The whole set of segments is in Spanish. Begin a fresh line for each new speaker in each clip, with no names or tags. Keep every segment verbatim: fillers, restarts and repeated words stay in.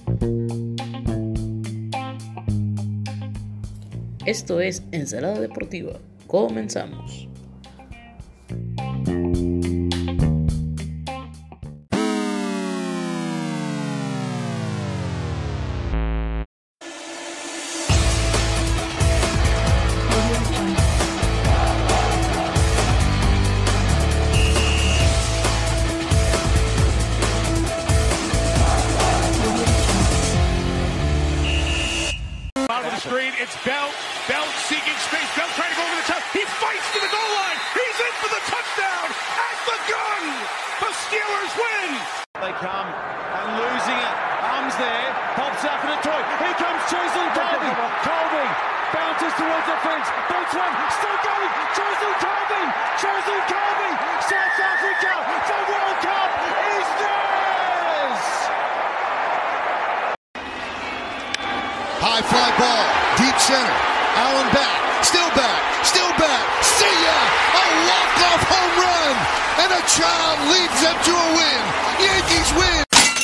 Esto es Ensalada Deportiva. Comenzamos.
Screen, it's Bell. Bell seeking space. Bell trying to go over the top. He fights to the goal line. He's in for the touchdown at the gun. The Steelers win.
They come and losing it. Arms there. Pops up in a toy. Here comes Cheslin Colby. Colby bounces towards the fence. Beats one. Still going. Cheslin Colby. Cheslin Colby. South Africa. The World Cup is theirs.
High fly ball, deep center, Allen back, still back, still back, see ya! A walk-off home run, and a child leads them to a win. Yankees win!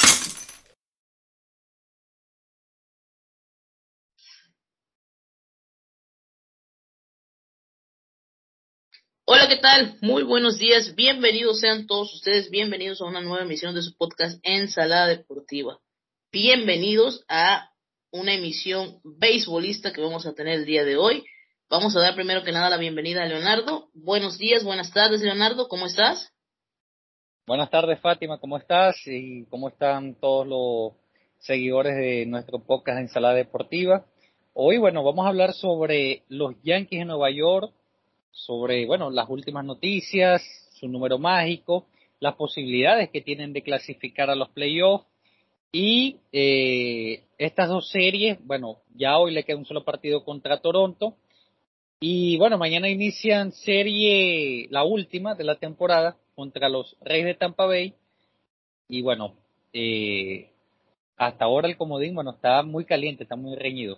Hola, ¿qué tal? Muy buenos días, bienvenidos sean todos ustedes, bienvenidos a una nueva emisión de su podcast Ensalada Deportiva. Bienvenidos a una emisión beisbolista que vamos a tener el día de hoy. Vamos a dar primero que nada la bienvenida a Leonardo. Buenos días, buenas tardes, Leonardo, ¿cómo estás?
Buenas tardes, Fátima, ¿cómo estás? Y cómo están todos los seguidores de nuestro podcast de Ensalada Deportiva. Hoy, bueno, vamos a hablar sobre los Yankees de Nueva York, sobre, bueno, las últimas noticias, su número mágico, las posibilidades que tienen de clasificar a los playoffs. Y eh, estas dos series, bueno, ya hoy le queda un solo partido contra Toronto. Y bueno, mañana inician serie, la última de la temporada, contra los Reyes de Tampa Bay. Y bueno, eh, hasta ahora el comodín, bueno, está muy caliente, está muy reñido.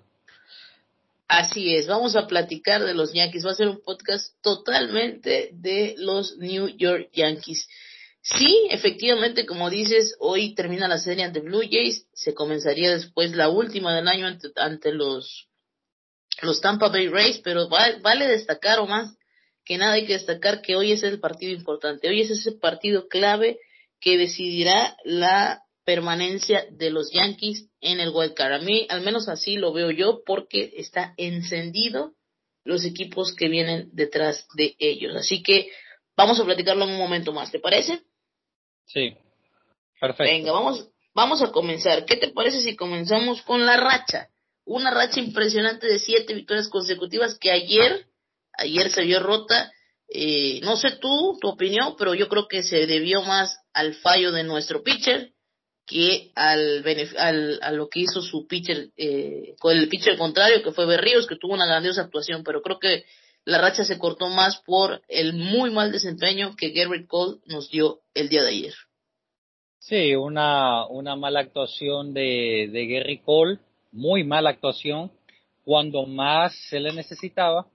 Así es, vamos a platicar de los Yankees. Va a ser un podcast totalmente de los New York Yankees. Sí, efectivamente, como dices, hoy termina la serie ante Blue Jays, se comenzaría después la última del año ante, ante los, los Tampa Bay Rays, pero vale, vale destacar, o más que nada hay que destacar que hoy es el partido importante, hoy es ese partido clave que decidirá la permanencia de los Yankees en el Wild Card. A mí, al menos así lo veo yo, porque está encendido los equipos que vienen detrás de ellos, así que vamos a platicarlo en un momento más, ¿te parece?
Sí, perfecto.
Venga, vamos, vamos a comenzar. ¿Qué te parece si comenzamos con la racha? Una racha impresionante de siete victorias consecutivas que ayer, ayer se vio rota. Eh, no sé tú, tu opinión, pero yo creo que se debió más al fallo de nuestro pitcher que al, al a lo que hizo su pitcher, eh, con el pitcher contrario, que fue Berríos, que tuvo una grandiosa actuación, pero creo que la racha se cortó más por el muy mal desempeño que Gerrit Cole nos dio el día de ayer.
Sí, una, una mala actuación de, de Gerrit Cole, muy mala actuación, cuando más se le necesitaba.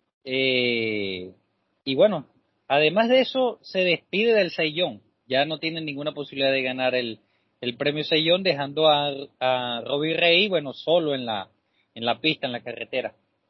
Eh, y bueno, además de eso, se despide del Cy Young. Ya no tiene ninguna posibilidad de ganar el, el premio Cy Young, dejando a, a Robbie Ray, bueno, solo en la, en la pista, en la carretera.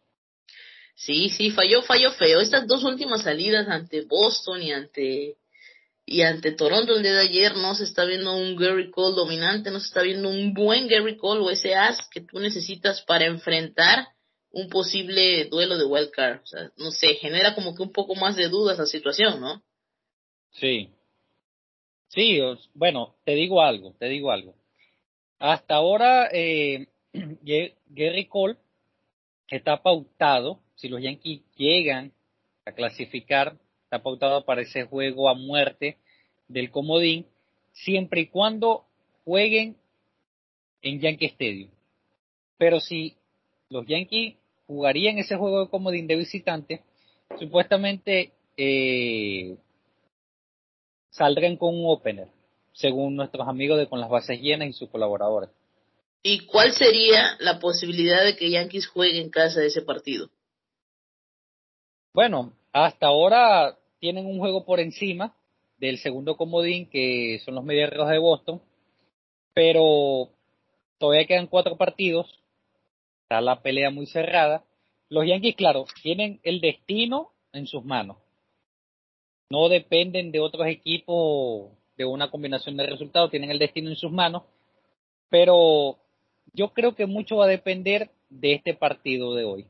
Sí, sí, falló, falló feo. Estas dos últimas salidas ante Boston y ante y ante Toronto el día de ayer no se está viendo un Gerrit Cole dominante, no se está viendo un buen Gerrit Cole o ese as que tú necesitas para enfrentar un posible duelo de wild card. O sea, no sé, genera como que un poco más de dudas la situación, ¿no?
Sí, sí, os, bueno, te digo algo, te digo algo. Hasta ahora, eh, Gerrit Cole está pautado, si los Yankees llegan a clasificar, está pautado para ese juego a muerte del comodín, siempre y cuando jueguen en Yankee Stadium. Pero si los Yankees jugarían ese juego de comodín de visitante, supuestamente eh, saldrán con un opener, según nuestros amigos de Con las Bases Llenas y sus colaboradores.
¿Y cuál sería la posibilidad de que Yankees juegue en casa de ese partido?
Bueno, hasta ahora tienen un juego por encima del segundo comodín, que son los Medias Rojas de Boston, pero todavía quedan cuatro partidos, está la pelea muy cerrada. Los Yankees, claro, tienen el destino en sus manos. No dependen de otros equipos de una combinación de resultados, tienen el destino en sus manos, pero yo creo que mucho va a depender de este partido de hoy.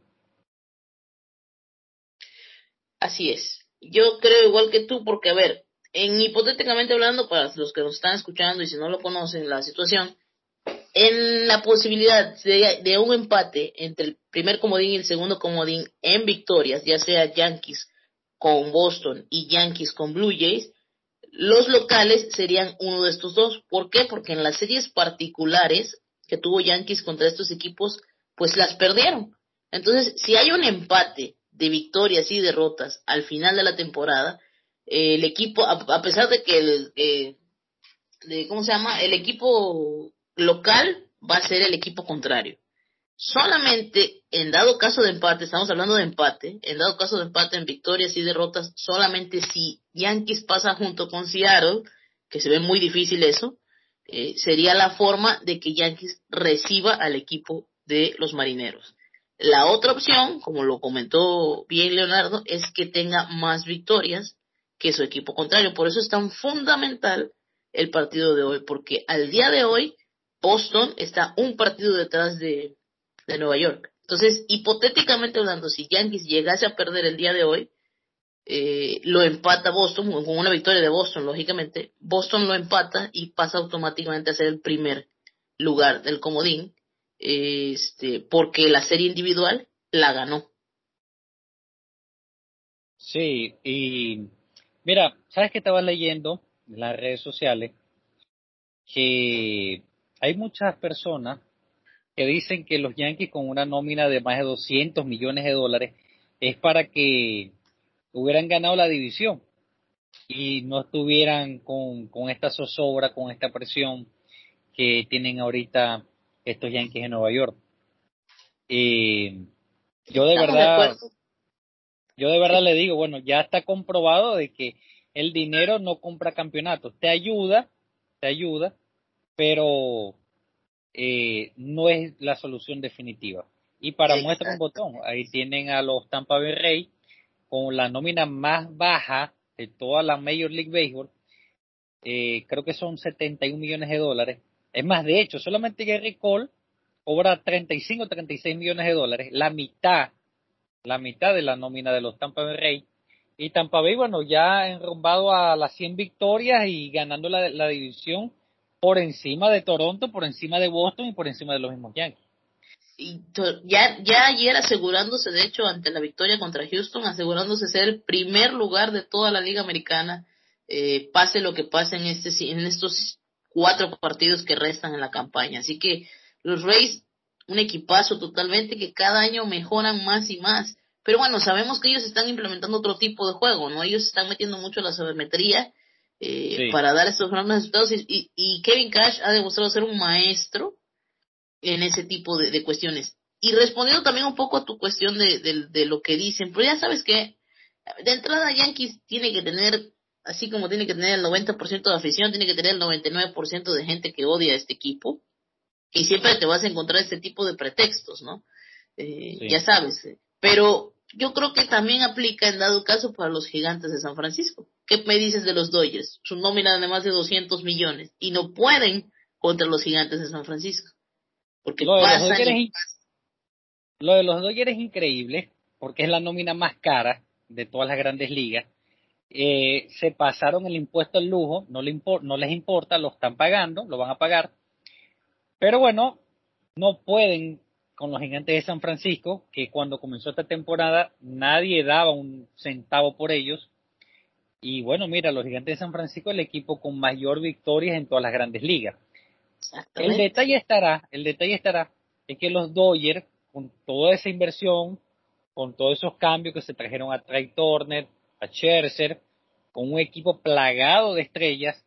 Así es. Yo creo igual que tú, porque a ver, en hipotéticamente hablando, para los que nos están escuchando y si no lo conocen la situación, en la posibilidad de, de un empate entre el primer comodín y el segundo comodín en victorias, ya sea Yankees con Boston y Yankees con Blue Jays, los locales serían uno de estos dos. ¿Por qué? Porque en las series particulares que tuvo Yankees contra estos equipos, pues las perdieron. Entonces, si hay un empate de victorias y derrotas al final de la temporada, eh, el equipo, a, a pesar de que el, eh, de, ¿cómo se llama? El equipo local va a ser el equipo contrario. Solamente en dado caso de empate, estamos hablando de empate, en dado caso de empate en victorias y derrotas, solamente si Yankees pasa junto con Seattle, que se ve muy difícil eso, eh, sería la forma de que Yankees reciba al equipo de los Marineros. La otra opción, como lo comentó bien Leonardo, es que tenga más victorias que su equipo contrario. Por eso es tan fundamental el partido de hoy, porque al día de hoy Boston está un partido detrás de, de Nueva York. Entonces, hipotéticamente hablando, si Yankees llegase a perder el día de hoy, eh, lo empata Boston, con una victoria de Boston, lógicamente, Boston lo empata y pasa automáticamente a ser el primer lugar del comodín, este, porque la serie individual la ganó.
Sí, y mira, ¿sabes qué estaba leyendo en las redes sociales? Que hay muchas personas que dicen que los Yankees con una nómina de más de doscientos millones de dólares es para que hubieran ganado la división y no estuvieran con, con esta zozobra, con esta presión que tienen ahorita estos Yankees en Nueva York. Eh, yo de verdad, yo de verdad le digo, bueno, ya está comprobado de que el dinero no compra campeonatos, te ayuda, te ayuda, pero eh, no es la solución definitiva. Y para
Exacto.
muestra un botón, ahí tienen a los Tampa Bay Rays con la nómina más baja de toda la Major League Baseball, eh, creo que son setenta y un millones de dólares. Es más, de hecho, solamente Gary Cole cobra treinta y cinco o treinta y seis millones de dólares, la mitad, la mitad de la nómina de los Tampa Bay Rays. Y Tampa Bay, bueno, ya enrumbado a las cien victorias y ganando la, la división por encima de Toronto, por encima de Boston y por encima de los mismos Yankees.
Y to, ya, ya ayer asegurándose, de hecho, ante la victoria contra Houston, asegurándose ser el primer lugar de toda la Liga Americana, eh, pase lo que pase en, este, en estos cuatro partidos que restan en la campaña. Así que los Rays, un equipazo totalmente que cada año mejoran más y más. Pero bueno, sabemos que ellos están implementando otro tipo de juego, ¿no? Ellos están metiendo mucho la sabermetría eh, sí. para dar estos grandes resultados. Y, y, y Kevin Cash ha demostrado ser un maestro en ese tipo de, de cuestiones. Y respondiendo también un poco a tu cuestión de, de, de lo que dicen, pero ya sabes que de entrada Yankees tiene que tener, así como tiene que tener el noventa por ciento de afición, tiene que tener el noventa y nueve por ciento de gente que odia a este equipo, y siempre te vas a encontrar este tipo de pretextos, ¿no? Eh, sí. Ya sabes, pero yo creo que también aplica en dado caso para los Gigantes de San Francisco. ¿Qué me dices de los Dodgers? Su nómina de más de doscientos millones, y no pueden contra los Gigantes de San Francisco. Porque
lo, de
pasan
los
y...
es, lo de los Dodgers es increíble, porque es la nómina más cara de todas las grandes ligas. Eh, se pasaron el impuesto al lujo, no, le impor, no les importa, lo están pagando, lo van a pagar. Pero bueno, no pueden con los Gigantes de San Francisco, que cuando comenzó esta temporada nadie daba un centavo por ellos. Y bueno, mira, los Gigantes de San Francisco es el equipo con mayor victorias en todas las grandes ligas. El detalle estará, el detalle estará en que los Dodgers, con toda esa inversión, con todos esos cambios que se trajeron a Trey Turner, a Scherzer, con un equipo plagado de estrellas,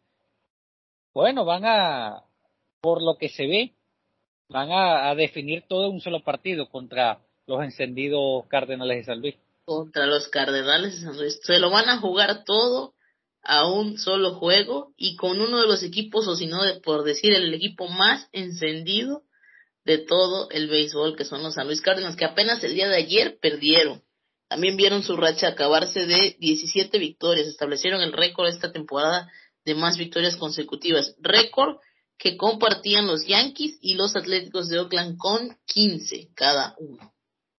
bueno, van a, por lo que se ve, van a, a definir todo en un solo partido contra los encendidos Cardenales de San Luis.
Contra los Cardenales de San Luis. Se lo van a jugar todo a un solo juego y con uno de los equipos, o si no, por decir, el equipo más encendido de todo el béisbol, que son los San Luis Cardinals, que apenas el día de ayer perdieron. También vieron su racha acabarse de diecisiete victorias, establecieron el récord esta temporada de más victorias consecutivas, récord que compartían los Yankees y los Atléticos de Oakland con quince cada uno.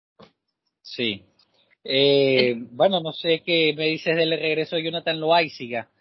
Sí. Eh, bueno, no sé qué me dices del regreso de Jonathan Loáisiga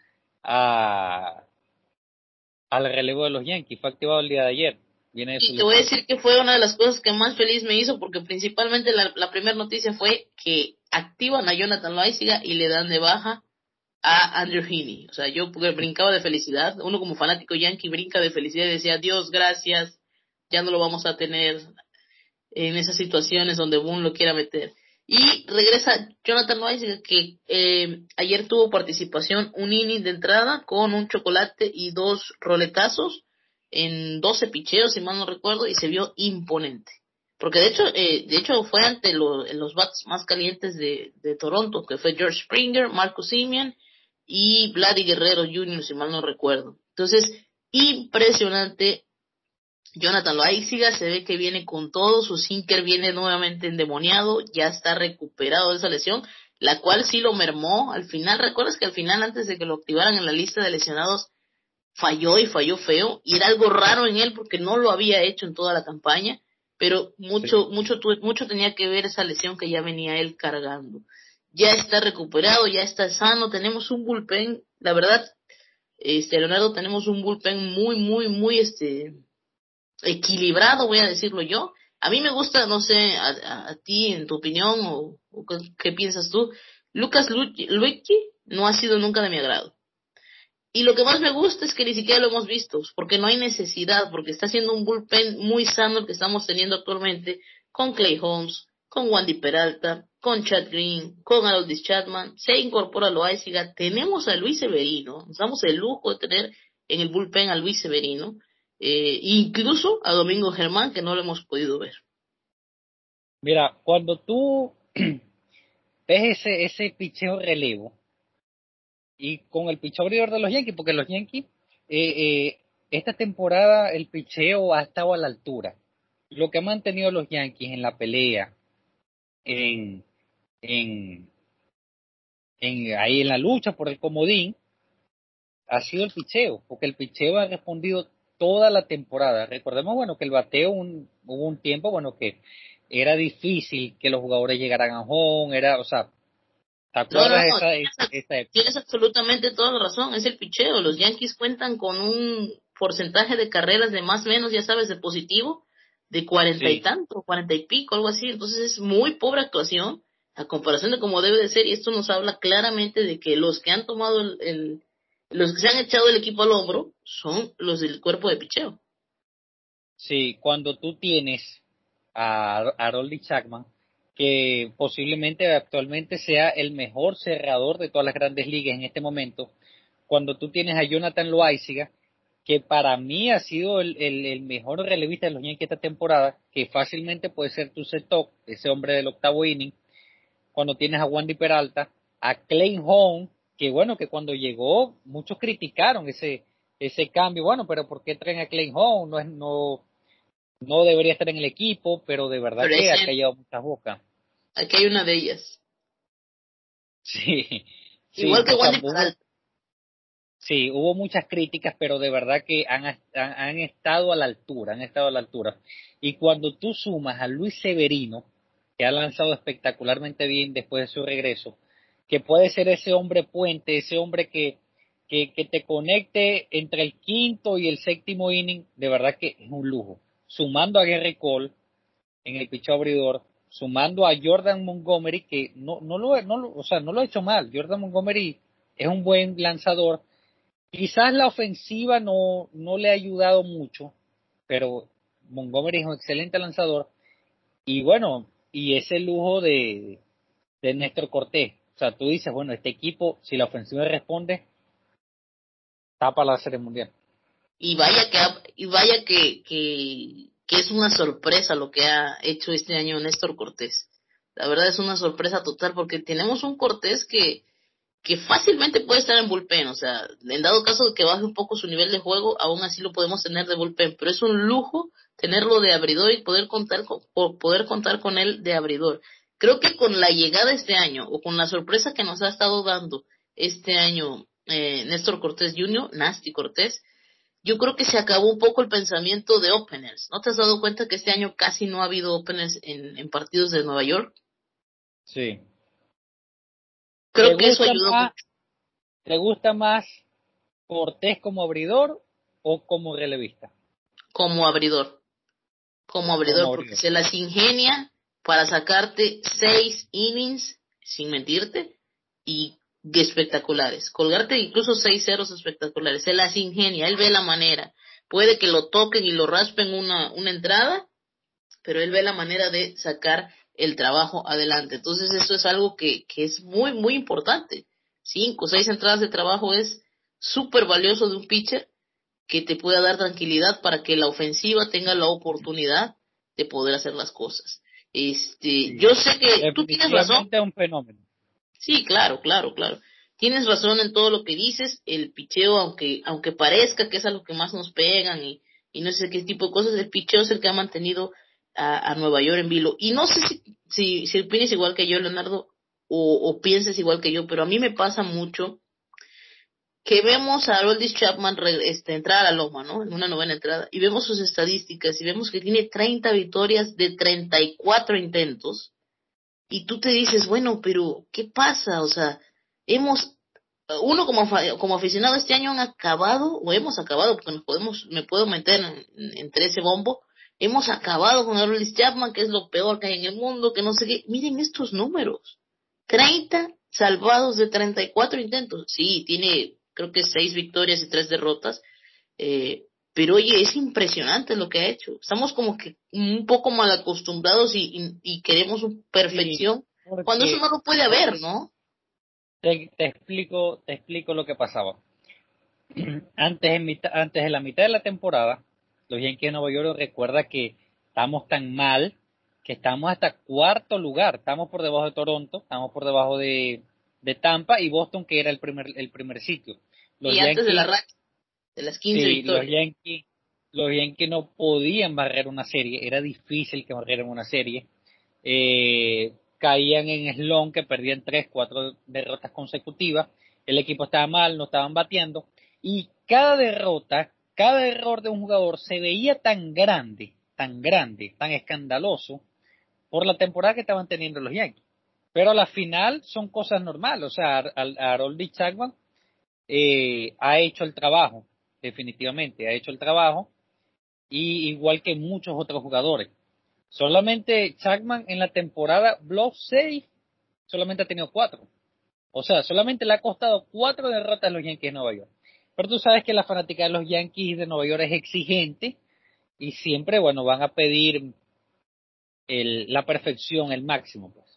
a, al relevo de los Yankees. Fue activado el día de ayer. Viene de
y te voy a decir que fue una de las cosas que más feliz me hizo, porque principalmente la, la primera noticia fue que activan a Jonathan Loáisiga y le dan de baja a Andrew Heaney. O sea, yo brincaba de felicidad. Uno como fanático Yankee brinca de felicidad y decía, Dios, gracias, ya no lo vamos a tener en esas situaciones donde Boone lo quiera meter. Y regresa Jonathan Loáisiga, que eh, ayer tuvo participación, un inning de entrada con un chocolate y dos roletazos en doce picheos, si mal no recuerdo, y se vio imponente. Porque de hecho eh, de hecho fue ante lo, los bats más calientes de, de Toronto, que fue George Springer, Marcus Semien y Vladdy Guerrero junior, si mal no recuerdo. Entonces, impresionante. Jonathan Loáisiga se ve que viene con todo, su sinker viene nuevamente endemoniado, ya está recuperado de esa lesión, la cual sí lo mermó al final. ¿Recuerdas que al final, antes de que lo activaran en la lista de lesionados, falló y falló feo? Y era algo raro en él porque no lo había hecho en toda la campaña, pero mucho, sí. mucho, mucho tenía que ver esa lesión que ya venía él cargando. Ya está recuperado, ya está sano, tenemos un bullpen, la verdad, este Leonardo, tenemos un bullpen muy, muy, muy, este... equilibrado, voy a decirlo yo. A mí me gusta, no sé, a, a, a ti, en tu opinión, o, o qué, qué piensas tú. Lucas Luetge no ha sido nunca de mi agrado. Y lo que más me gusta es que ni siquiera lo hemos visto, porque no hay necesidad, porque está siendo un bullpen muy sano el que estamos teniendo actualmente, con Clay Holmes, con Wandy Peralta, con Chad Green, con Aroldis Chapman, se incorpora Loáisiga, tenemos a Luis Severino, nos damos el lujo de tener en el bullpen a Luis Severino, Eh, incluso a Domingo Germán, que no lo hemos podido ver.
Mira, cuando tú ves ese ese picheo relevo y con el picheo abridor de los Yankees, porque los Yankees eh, eh, esta temporada el picheo ha estado a la altura. Lo que han mantenido los Yankees en la pelea, en en en ahí en la lucha por el comodín, ha sido el picheo, porque el picheo ha respondido toda la temporada. Recordemos, bueno, que el bateo un, hubo un tiempo, bueno, que era difícil que los jugadores llegaran a home, era, o sea, ¿te acuerdas
no, no, no,
esa,
tienes,
esa época?
Tienes absolutamente toda la razón, es el picheo. Los Yankees cuentan con un porcentaje de carreras de más o menos, ya sabes, de positivo, de cuarenta sí. y tanto, cuarenta y pico, algo así. Entonces es muy pobre actuación a comparación de como debe de ser, y esto nos habla claramente de que los que han tomado el, el los que se han echado el equipo al hombro son los del cuerpo de picheo.
Sí, cuando tú tienes a Aroldis Chapman, que posiblemente actualmente sea el mejor cerrador de todas las grandes ligas en este momento, cuando tú tienes a Jonathan Loáisiga, que para mí ha sido el, el, el mejor relevista de los Yankees esta temporada, que fácilmente puede ser tu set-top, ese hombre del octavo inning, cuando tienes a Wandy Peralta, a Clay Holmes, que bueno, que cuando llegó muchos criticaron ese ese cambio, bueno, pero ¿por qué traen a Clay Holmes? No es no no debería estar en el equipo, pero de verdad pero que ha callado muchas bocas.
Aquí hay una de ellas.
Sí.
Igual
sí,
que Wandy Peralta.
Sí, hubo muchas críticas, pero de verdad que han, han, han estado a la altura, han estado a la altura. Y cuando tú sumas a Luis Severino, que ha lanzado espectacularmente bien después de su regreso, que puede ser ese hombre puente, ese hombre que, que, que te conecte entre el quinto y el séptimo inning, de verdad que es un lujo. Sumando a Gary Cole en el picheo abridor, sumando a Jordan Montgomery, que no, no lo, no lo, o sea, no lo ha hecho mal. Jordan Montgomery es un buen lanzador. Quizás la ofensiva no, no le ha ayudado mucho, pero Montgomery es un excelente lanzador. Y bueno, y ese lujo de, de Néstor Cortés. O sea, tú dices, bueno, este equipo, si la ofensiva responde, tapa la Serie Mundial.
Y vaya que y vaya que, que, que es una sorpresa lo que ha hecho este año Néstor Cortés. La verdad es una sorpresa total porque tenemos un Cortés que que fácilmente puede estar en bullpen, o sea, en dado caso de que baje un poco su nivel de juego, aún así lo podemos tener de bullpen, pero es un lujo tenerlo de abridor y poder contar con, poder contar con él de abridor. Creo que con la llegada este año, o con la sorpresa que nos ha estado dando este año eh, Néstor Cortés junior, Nasty Cortés, yo creo que se acabó un poco el pensamiento de openers. ¿No te has dado cuenta que este año casi no ha habido openers en, en partidos de Nueva York?
Sí.
Creo que eso ayudó
más,
mucho.
¿Te gusta más Cortés como abridor o como relevista?
Como abridor. Como abridor, como porque abridor. Se las ingenia para sacarte seis innings, sin mentirte, y espectaculares. Colgarte incluso seis ceros espectaculares. Se las ingenia, él ve la manera. Puede que lo toquen y lo raspen una, una entrada, pero él ve la manera de sacar el trabajo adelante. Entonces eso es algo que, que es muy, muy importante. Cinco, seis entradas de trabajo es súper valioso de un pitcher que te pueda dar tranquilidad para que la ofensiva tenga la oportunidad de poder hacer las cosas. Este, sí, yo sé que tú tienes razón.
Es un fenómeno.
Sí, claro, claro, claro. Tienes razón en todo lo que dices. El picheo, aunque aunque parezca que es a lo que más nos pegan y, y no sé qué tipo de cosas, el picheo es el que ha mantenido a, a Nueva York en vilo. Y no sé si, si, si opinas igual que yo, Leonardo, o, o pienses igual que yo, pero a mí me pasa mucho que vemos a Aroldis Chapman este, entrar a la loma, ¿no? En una novena entrada, y vemos sus estadísticas, y vemos que tiene treinta victorias de treinta y cuatro intentos, y tú te dices, bueno, pero, ¿qué pasa? O sea, hemos, uno como, como aficionado este año han acabado, o hemos acabado, porque nos podemos, me puedo meter en, entre ese bombo, hemos acabado con Aroldis Chapman, que es lo peor que hay en el mundo, que no sé qué. Miren estos números, treinta salvados de treinta y cuatro intentos, sí, tiene creo que seis victorias y tres derrotas, eh, pero oye, es impresionante lo que ha hecho. Estamos como que un poco mal acostumbrados y, y, y queremos perfección, sí, cuando eso no lo puede haber, ¿no?
Te, te explico, te explico lo que pasaba. Antes, en mitad, antes de la mitad de la temporada, los Yankees de Nueva York, recuerda que estamos tan mal que estamos hasta cuarto lugar, estamos por debajo de Toronto, estamos por debajo de, de Tampa y Boston, que era el primer, el primer sitio.
Los y Yankees, antes de la racha, de las quince
sí,
victorias.
Los Yankees, los Yankees no podían barrer una serie, era difícil que barrieran una serie. Eh, caían en slump, que perdían tres, cuatro derrotas consecutivas. El equipo estaba mal, no estaban bateando. Y cada derrota, cada error de un jugador se veía tan grande, tan grande, tan escandaloso por la temporada que estaban teniendo los Yankees. Pero a la final son cosas normales. O sea, a Aroldis Chapman Eh, ha hecho el trabajo, definitivamente, ha hecho el trabajo, y igual que muchos otros jugadores. Solamente Chapman en la temporada Block seis solamente ha tenido cuatro. O sea, solamente le ha costado cuatro derrotas a los Yankees de Nueva York. Pero tú sabes que la fanática de los Yankees de Nueva York es exigente y siempre, bueno, van a pedir el, la perfección, el máximo, pues.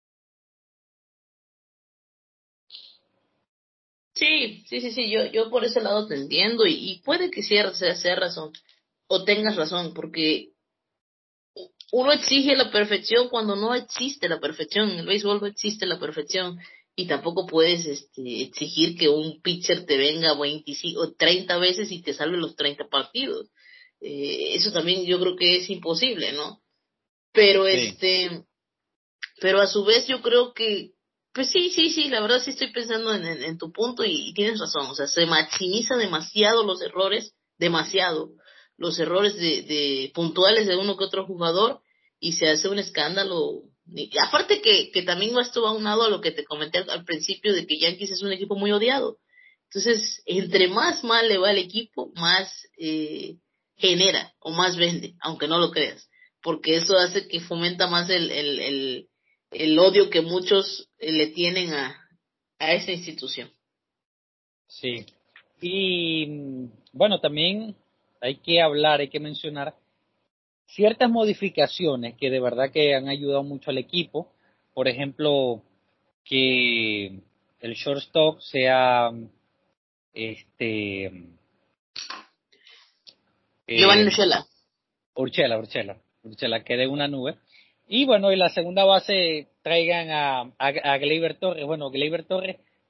Sí, sí, sí, sí, yo, yo por ese lado te entiendo y, y puede que sea, sea, sea razón o tengas razón, porque uno exige la perfección cuando no existe la perfección. En el béisbol no existe la perfección y tampoco puedes este, exigir que un pitcher te venga veinticinco o treinta veces y te salve los treinta partidos. Eh, eso también yo creo que es imposible, ¿no? Pero sí. este, pero a su vez yo creo que pues sí, sí, sí, la verdad sí estoy pensando en, en, en tu punto y, y tienes razón, o sea, se maximiza demasiado los errores, demasiado, los errores de, de puntuales de uno que otro jugador y se hace un escándalo. Y aparte que, que también esto va aunado a lo que te comenté al, al principio de que Yankees es un equipo muy odiado. Entonces, entre más mal le va el equipo, más eh, genera o más vende, aunque no lo creas, porque eso hace que fomenta más el, el, el el odio que muchos le tienen a, a esa institución.
Sí, y bueno, también hay que hablar, hay que mencionar ciertas modificaciones que de verdad que han ayudado mucho al equipo. Por ejemplo, que el shortstop sea este
Giovanni eh, Urshela.
Urshela, Urshela, Urshela, que de una nube. Y bueno, y la segunda base traigan a, a, a Gleyber Torres. Bueno, Gleyber Torres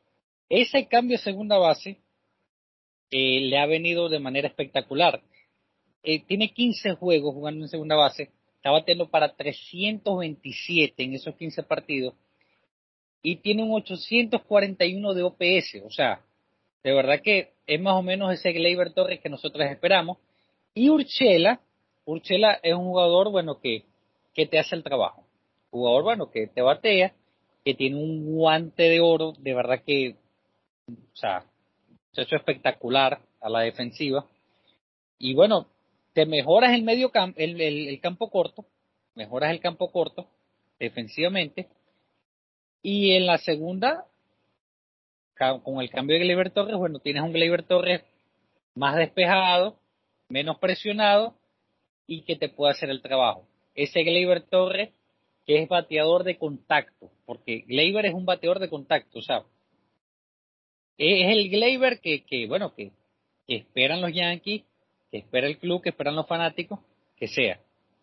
ese cambio de segunda base eh, le ha venido de manera espectacular. Eh, tiene quince juegos jugando en segunda base, está bateando para trescientos veintisiete en esos quince partidos y tiene un ochocientos cuarenta y uno de O P S, o sea, de verdad que es más o menos ese Gleyber Torres que nosotros esperamos. Y Urshela, Urshela es un jugador, bueno, que, que te hace el trabajo, jugador, bueno, que te batea, que tiene un guante de oro, de verdad que, o sea, se ha hecho espectacular a la defensiva. Y bueno, te mejoras el medio campo, el, el, el campo corto, mejoras el campo corto defensivamente, y en la segunda, con el cambio de Gleyber Torres, bueno, tienes un Gleyber Torres más despejado, menos presionado y que te puede hacer el trabajo. Ese Gleyber Torres que es bateador de contacto, porque Gleyber es un bateador de contacto, o sea, es el Gleyber que, que bueno, que, que esperan los Yankees, que espera el club, que esperan los fanáticos, que sea.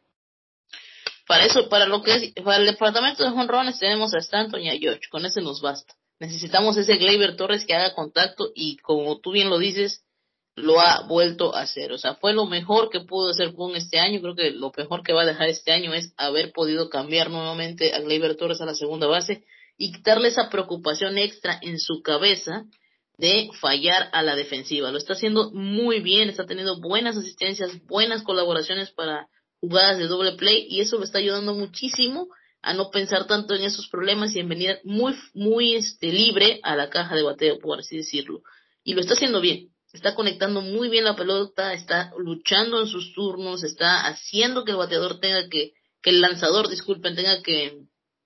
Para eso, para lo que es, para el departamento de jonrones tenemos a Stanton y a George, con ese nos basta. Necesitamos ese Gleyber Torres que haga contacto y como tú bien lo dices, lo ha vuelto a hacer. O sea, fue lo mejor que pudo hacer Boone este año. Creo que lo mejor que va a dejar este año es haber podido cambiar nuevamente a Gleyber Torres a la segunda base y quitarle esa preocupación extra en su cabeza de fallar a la defensiva. Lo está haciendo muy bien, está teniendo buenas asistencias, buenas colaboraciones para jugadas de doble play y eso lo está ayudando muchísimo a no pensar tanto en esos problemas y en venir muy muy este libre a la caja de bateo, por así decirlo. Y lo está haciendo bien. Está conectando muy bien la pelota, está luchando en sus turnos, está haciendo que el bateador tenga que, que el lanzador, disculpen, tenga que,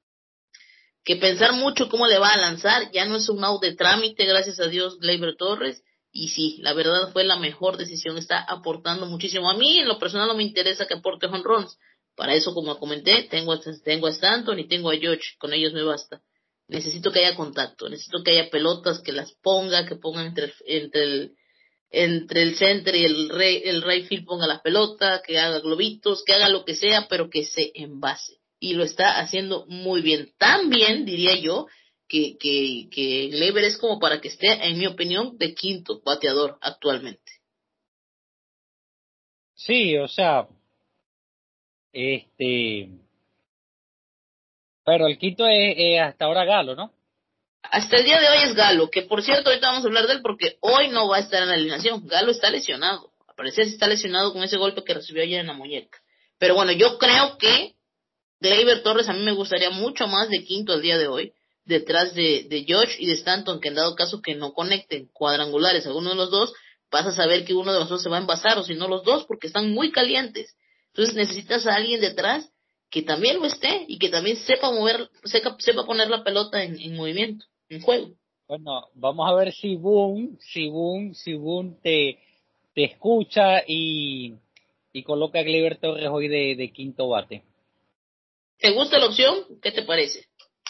que pensar mucho cómo le va a lanzar. Ya no es un out de trámite, gracias a Dios, Gleyber Torres. Y sí, la verdad fue la mejor decisión, está aportando muchísimo. A mí, en lo personal, no me interesa que aporte jonrones. Para eso, como comenté, tengo, tengo a Stanton y tengo a George, con ellos me basta. Necesito que haya contacto, necesito que haya pelotas, que las ponga, que pongan entre, entre el entre el center y el rey, el right field ponga la pelota, que haga globitos, que haga lo que sea, pero que se envase. Y lo está haciendo muy bien. Tan bien, diría yo, que, que, que Gleyber es como para que esté, en mi opinión, de quinto bateador actualmente.
Sí, o sea, este, pero el quinto es, es hasta ahora Galo, ¿no?
Hasta el día de hoy es Galo, que por cierto ahorita vamos a hablar de él porque hoy no va a estar en la alineación. Galo está lesionado, al parecer está lesionado con ese golpe que recibió ayer en la muñeca. Pero bueno, yo creo que Gleyber Torres a mí me gustaría mucho más de quinto al día de hoy, detrás de, de Josh y de Stanton, que en dado caso que no conecten cuadrangulares alguno de los dos, vas a saber que uno de los dos se va a envasar, o si no los dos, porque están muy calientes. Entonces necesitas a alguien detrás que también lo esté y que también sepa mover, sepa, sepa poner la pelota en, en movimiento, en juego.
Bueno, vamos a ver si Boone, si Boone, si Boone te, te escucha y, y coloca a Gleyber Torres hoy de, de quinto bate.
¿Te gusta la opción? ¿Qué te parece?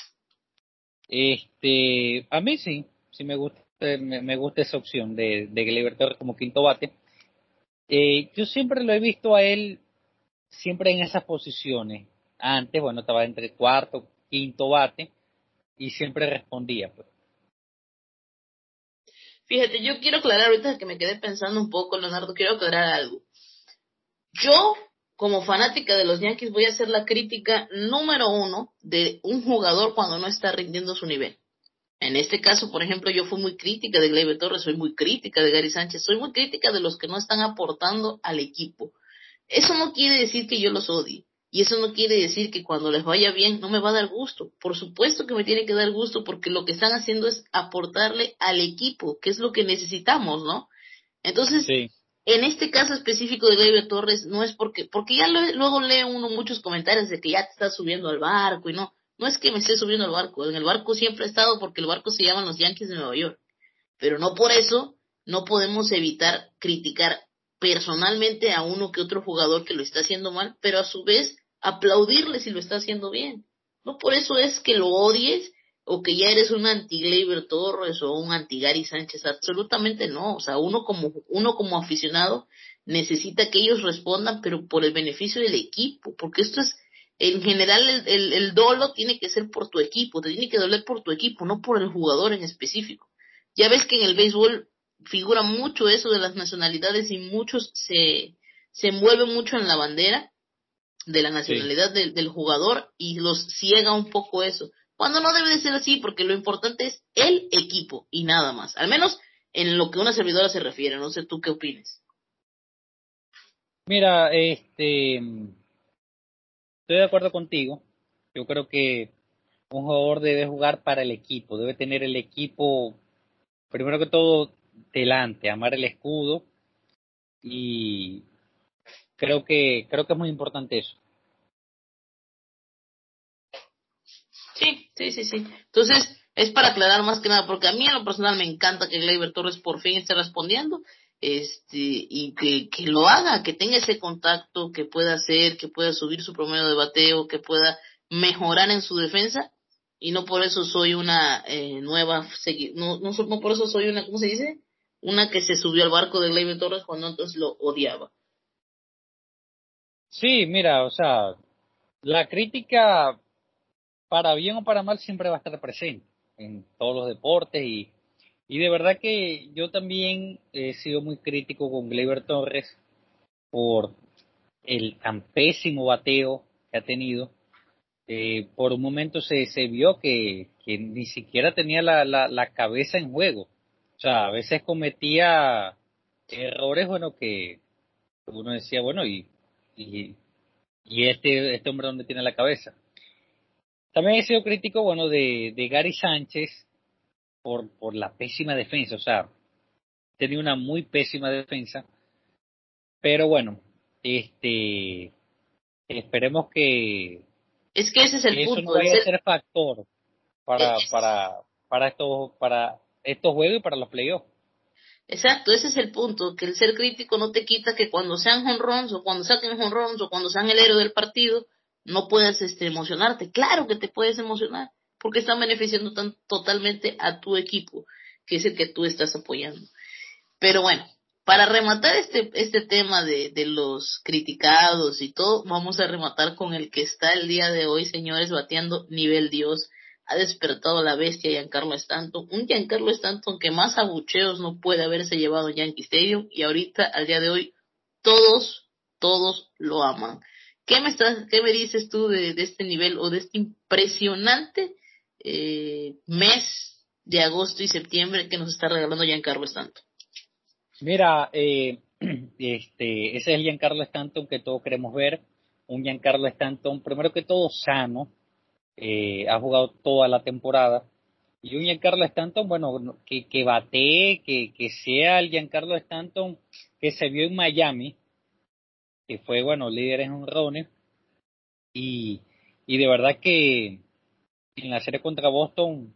Este, a mí sí, sí me gusta, me, me gusta esa opción de, de Gleyber Torres como quinto bate. Eh, yo siempre lo he visto a él siempre en esas posiciones. Antes, bueno, estaba entre cuarto, quinto bate y siempre respondía, pues.
Fíjate, yo quiero aclarar ahorita que me quedé pensando un poco, Leonardo, quiero aclarar algo. Yo, como fanática de los Yankees, voy a hacer la crítica número uno de un jugador cuando no está rindiendo su nivel. En este caso, por ejemplo, yo fui muy crítica de Gleyber Torres, soy muy crítica de Gary Sánchez, soy muy crítica de los que no están aportando al equipo. Eso no quiere decir que yo los odie. Y eso no quiere decir que cuando les vaya bien no me va a dar gusto. Por supuesto que me tiene que dar gusto porque lo que están haciendo es aportarle al equipo, que es lo que necesitamos, ¿no? Entonces, sí. En este caso específico de Gleyber Torres, no es porque, porque ya lo, luego lee uno muchos comentarios de que ya te estás subiendo al barco y no, no es que me esté subiendo al barco, en el barco siempre he estado porque el barco se llama los Yankees de Nueva York. Pero no por eso no podemos evitar criticar personalmente a uno que otro jugador que lo está haciendo mal, pero a su vez aplaudirle si lo está haciendo bien. No por eso es que lo odies o que ya eres un anti-Gleyber Torres o un anti-Gary Sánchez, absolutamente no. O sea, uno como uno como aficionado necesita que ellos respondan, pero por el beneficio del equipo, porque esto es, en general, el, el, el dolo tiene que ser por tu equipo, te tiene que doler por tu equipo, no por el jugador en específico. Ya ves que en el béisbol figura mucho eso de las nacionalidades y muchos se, se envuelven mucho en la bandera de la nacionalidad sí. del, del jugador y los ciega un poco eso. Cuando no debe de ser así, porque lo importante es el equipo y nada más. Al menos en lo que una servidora se refiere. No sé tú qué opinas.
Mira, este, estoy de acuerdo contigo. Yo creo que un jugador debe jugar para el equipo, debe tener el equipo, primero que todo, delante, amar el escudo, y creo que creo que es muy importante eso.
Sí, sí, sí, sí. Entonces, es para aclarar más que nada, porque a mí en lo personal me encanta que Gleyber Torres por fin esté respondiendo, este, y que, que lo haga, que tenga ese contacto, que pueda hacer, que pueda subir su promedio de bateo, que pueda mejorar en su defensa, y no por eso soy una eh, nueva, no, no, no por eso soy una, ¿cómo se dice? Una que se subió al barco de Gleyber Torres cuando entonces lo odiaba.
Sí, mira, o sea, la crítica, para bien o para mal, siempre va a estar presente en todos los deportes, y, y de verdad que yo también he sido muy crítico con Gleyber Torres por el tan pésimo bateo que ha tenido. Eh, por un momento se, se vio que, que ni siquiera tenía la, la, la cabeza en juego. O sea, a veces cometía errores, bueno, que uno decía, bueno, y, y, y este, este hombre, ¿dónde tiene la cabeza? También he sido crítico, bueno, de, de Gary Sánchez por, por la pésima defensa. O sea, tenía una muy pésima defensa. Pero bueno, este, esperemos que
es que ese es el
eso
punto,
no vaya
ser...
a ser factor para
es...
para para estos para estos juegos y para los playoffs.
Exacto, ese es el punto, que el ser crítico no te quita que cuando sean jonrones o cuando saquen jonrones o cuando sean el héroe del partido no puedas este, emocionarte. Claro que te puedes emocionar, porque están beneficiando tan, totalmente a tu equipo, que es el que tú estás apoyando. Pero bueno, para rematar este este tema de, de los criticados y todo, vamos a rematar con el que está el día de hoy, señores, bateando nivel Dios. Ha despertado la bestia Giancarlo Stanton, un Giancarlo Stanton que más abucheos no puede haberse llevado en Yankee Stadium, y ahorita, al día de hoy, todos, todos lo aman. ¿Qué me estás, qué me dices tú de, de este nivel o de este impresionante eh, mes de agosto y septiembre que nos está regalando Giancarlo Stanton?
Mira, eh, este, ese es el Giancarlo Stanton que todos queremos ver, un Giancarlo Stanton, primero que todo, sano, eh, ha jugado toda la temporada, y un Giancarlo Stanton, bueno, que, que batee, que, que sea el Giancarlo Stanton que se vio en Miami, que fue, bueno, líder en jonrones, y, y de verdad que en la serie contra Boston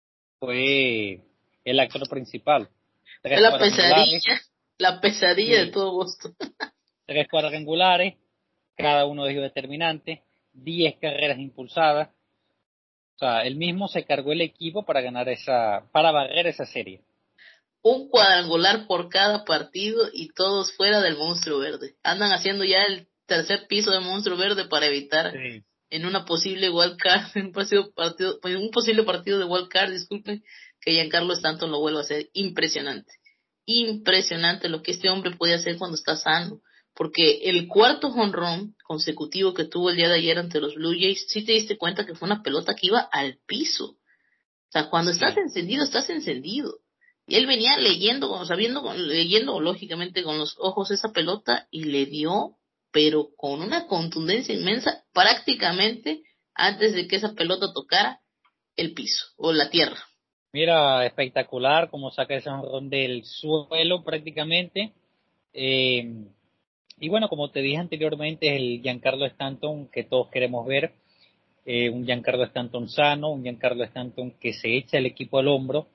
fue el actor principal.
Tres la pesadilla, la pesadilla sí, de todo Boston.
Tres cuadrangulares, cada uno de ellos determinante, diez carreras impulsadas. O sea, él mismo se cargó el equipo para ganar esa, para barrer esa serie.
Un cuadrangular por cada partido y todos fuera del monstruo verde. Andan haciendo ya el tercer piso del monstruo verde para evitar sí. en una posible wild card, en un posible partido, un posible partido de wild card, disculpen, que Giancarlo Stanton lo vuelva a hacer. Impresionante, impresionante lo que este hombre puede hacer cuando está sano, porque el cuarto jonrón consecutivo que tuvo el día de ayer ante los Blue Jays, sí te diste cuenta que fue una pelota que iba al piso. O sea, cuando sí. estás encendido, estás encendido. Y él venía leyendo, sabiendo, leyendo lógicamente con los ojos esa pelota y le dio, pero con una contundencia inmensa, prácticamente antes de que esa pelota tocara el piso o la tierra.
Mira, espectacular como saca ese jonrón del suelo prácticamente. Eh, y bueno, como te dije anteriormente, es el Giancarlo Stanton que todos queremos ver. Eh, un Giancarlo Stanton sano, un Giancarlo Stanton que se echa el equipo al hombro.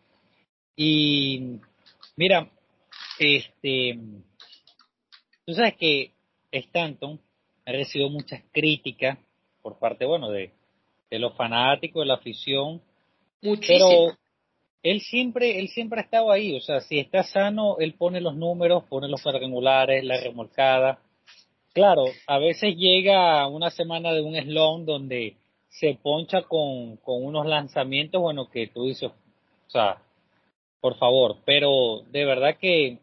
Y mira, este, tú sabes que Stanton ha recibido muchas críticas por parte, bueno, de, de los fanáticos, de la afición.
Muchísimo.
Pero él siempre, él siempre ha estado ahí, o sea, si está sano, él pone los números, pone los cuadrangulares, la remolcada. Claro, a veces llega una semana de un slump donde se poncha con, con unos lanzamientos, bueno, que tú dices, o sea, por favor, pero de verdad que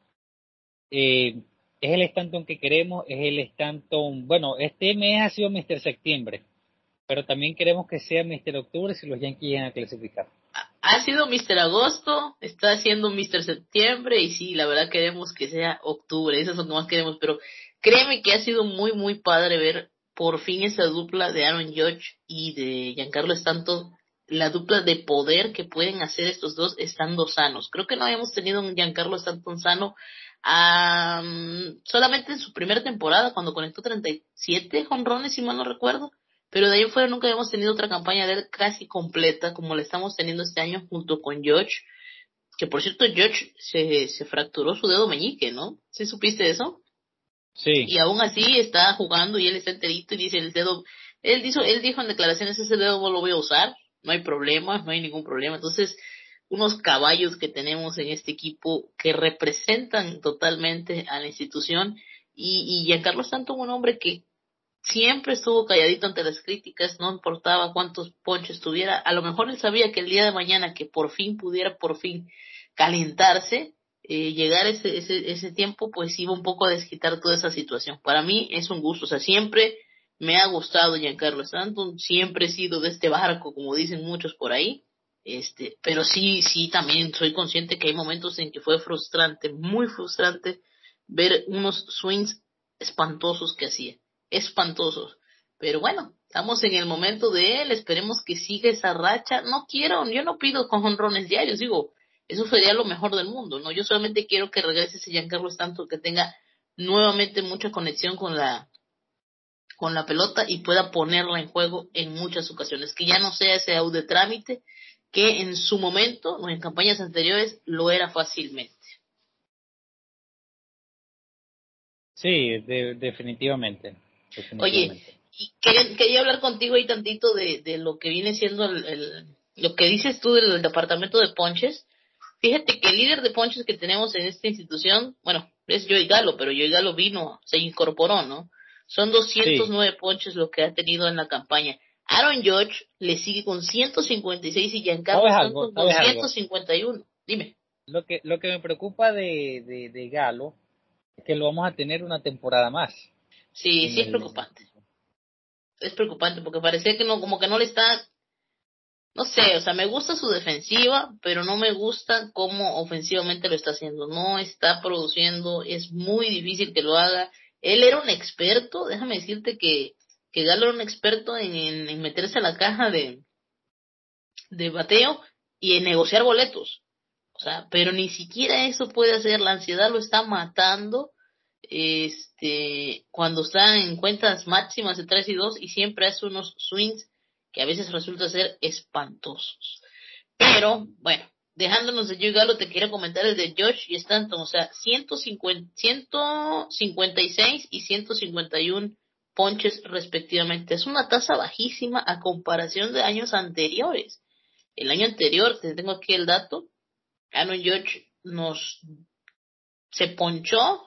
eh, es el Stanton que queremos, es el Stanton, bueno, este mes ha sido míster Septiembre, pero también queremos que sea míster Octubre si los Yankees llegan a clasificar.
Ha sido míster Agosto, está siendo míster Septiembre, y sí, la verdad queremos que sea Octubre, eso es lo que más queremos, pero créeme que ha sido muy, muy padre ver por fin esa dupla de Aaron Judge y de Giancarlo Stanton, la dupla de poder que pueden hacer estos dos estando sanos. Creo que no habíamos tenido un Giancarlo Stanton sano um, solamente en su primera temporada, cuando conectó treinta y siete jonrones, si mal no recuerdo, pero de ahí en fuera nunca habíamos tenido otra campaña de él casi completa como la estamos teniendo este año junto con Judge, que por cierto Judge se, se fracturó su dedo meñique, ¿no? ¿Sí supiste eso?
Sí.
Y aún así está jugando y él está enterito y dice el dedo, él dijo, él dijo en declaraciones, ese dedo no lo voy a usar, no hay problema, no hay ningún problema. Entonces, unos caballos que tenemos en este equipo que representan totalmente a la institución, y, y Giancarlo Stanton, un hombre que siempre estuvo calladito ante las críticas, no importaba cuántos ponches tuviera, a lo mejor él sabía que el día de mañana que por fin pudiera por fin calentarse, eh, llegar ese, ese, ese tiempo, pues iba un poco a desquitar toda esa situación. Para mí es un gusto, o sea, siempre me ha gustado Giancarlo Stanton, siempre he sido de este barco, como dicen muchos por ahí, este, pero sí, sí, también soy consciente que hay momentos en que fue frustrante, muy frustrante, ver unos swings espantosos que hacía, espantosos, pero bueno, estamos en el momento de él, esperemos que siga esa racha. No quiero, yo no pido con jonrones diarios, digo, eso sería lo mejor del mundo, ¿no? Yo solamente quiero que regrese ese Giancarlo Stanton, que tenga nuevamente mucha conexión con la con la pelota y pueda ponerla en juego en muchas ocasiones, que ya no sea ese out de trámite que en su momento o en campañas anteriores lo era fácilmente.
Sí, de, definitivamente, definitivamente.
Oye, y quería, quería hablar contigo ahí tantito de, de lo que viene siendo el, el, lo que dices tú del departamento de ponches. Fíjate que el líder de ponches que tenemos en esta institución, bueno, es Joey Gallo, pero Joey Gallo vino, se incorporó, ¿no? Son doscientos nueve sí. ponches lo que ha tenido en la campaña. Aaron Judge le sigue con ciento cincuenta y seis y Giancarlo Stanton con ciento cincuenta y uno. Algo? Dime.
Lo que lo que me preocupa de, de, de Gallo es que lo vamos a tener una temporada más.
Sí, sí es preocupante. Es preocupante porque parecía que no, como que no le está, no sé, o sea, me gusta su defensiva, pero no me gusta cómo ofensivamente lo está haciendo. No está produciendo, es muy difícil que lo haga. Él era un experto, déjame decirte que, que Gallo era un experto en, en, en meterse a la caja de, de bateo y en negociar boletos. O sea, pero ni siquiera eso puede hacer, la ansiedad lo está matando. Este, cuando está en cuentas máximas de tres y dos y siempre hace unos swings que a veces resulta ser espantosos. Pero, bueno, dejándonos de Joey Gallo, te quiero comentar el de Judge y Stanton, o sea, ciento cincuenta, ciento cincuenta y seis y ciento cincuenta y uno ponches respectivamente. Es una tasa bajísima a comparación de años anteriores. El año anterior, te tengo aquí el dato, Aaron Judge nos se ponchó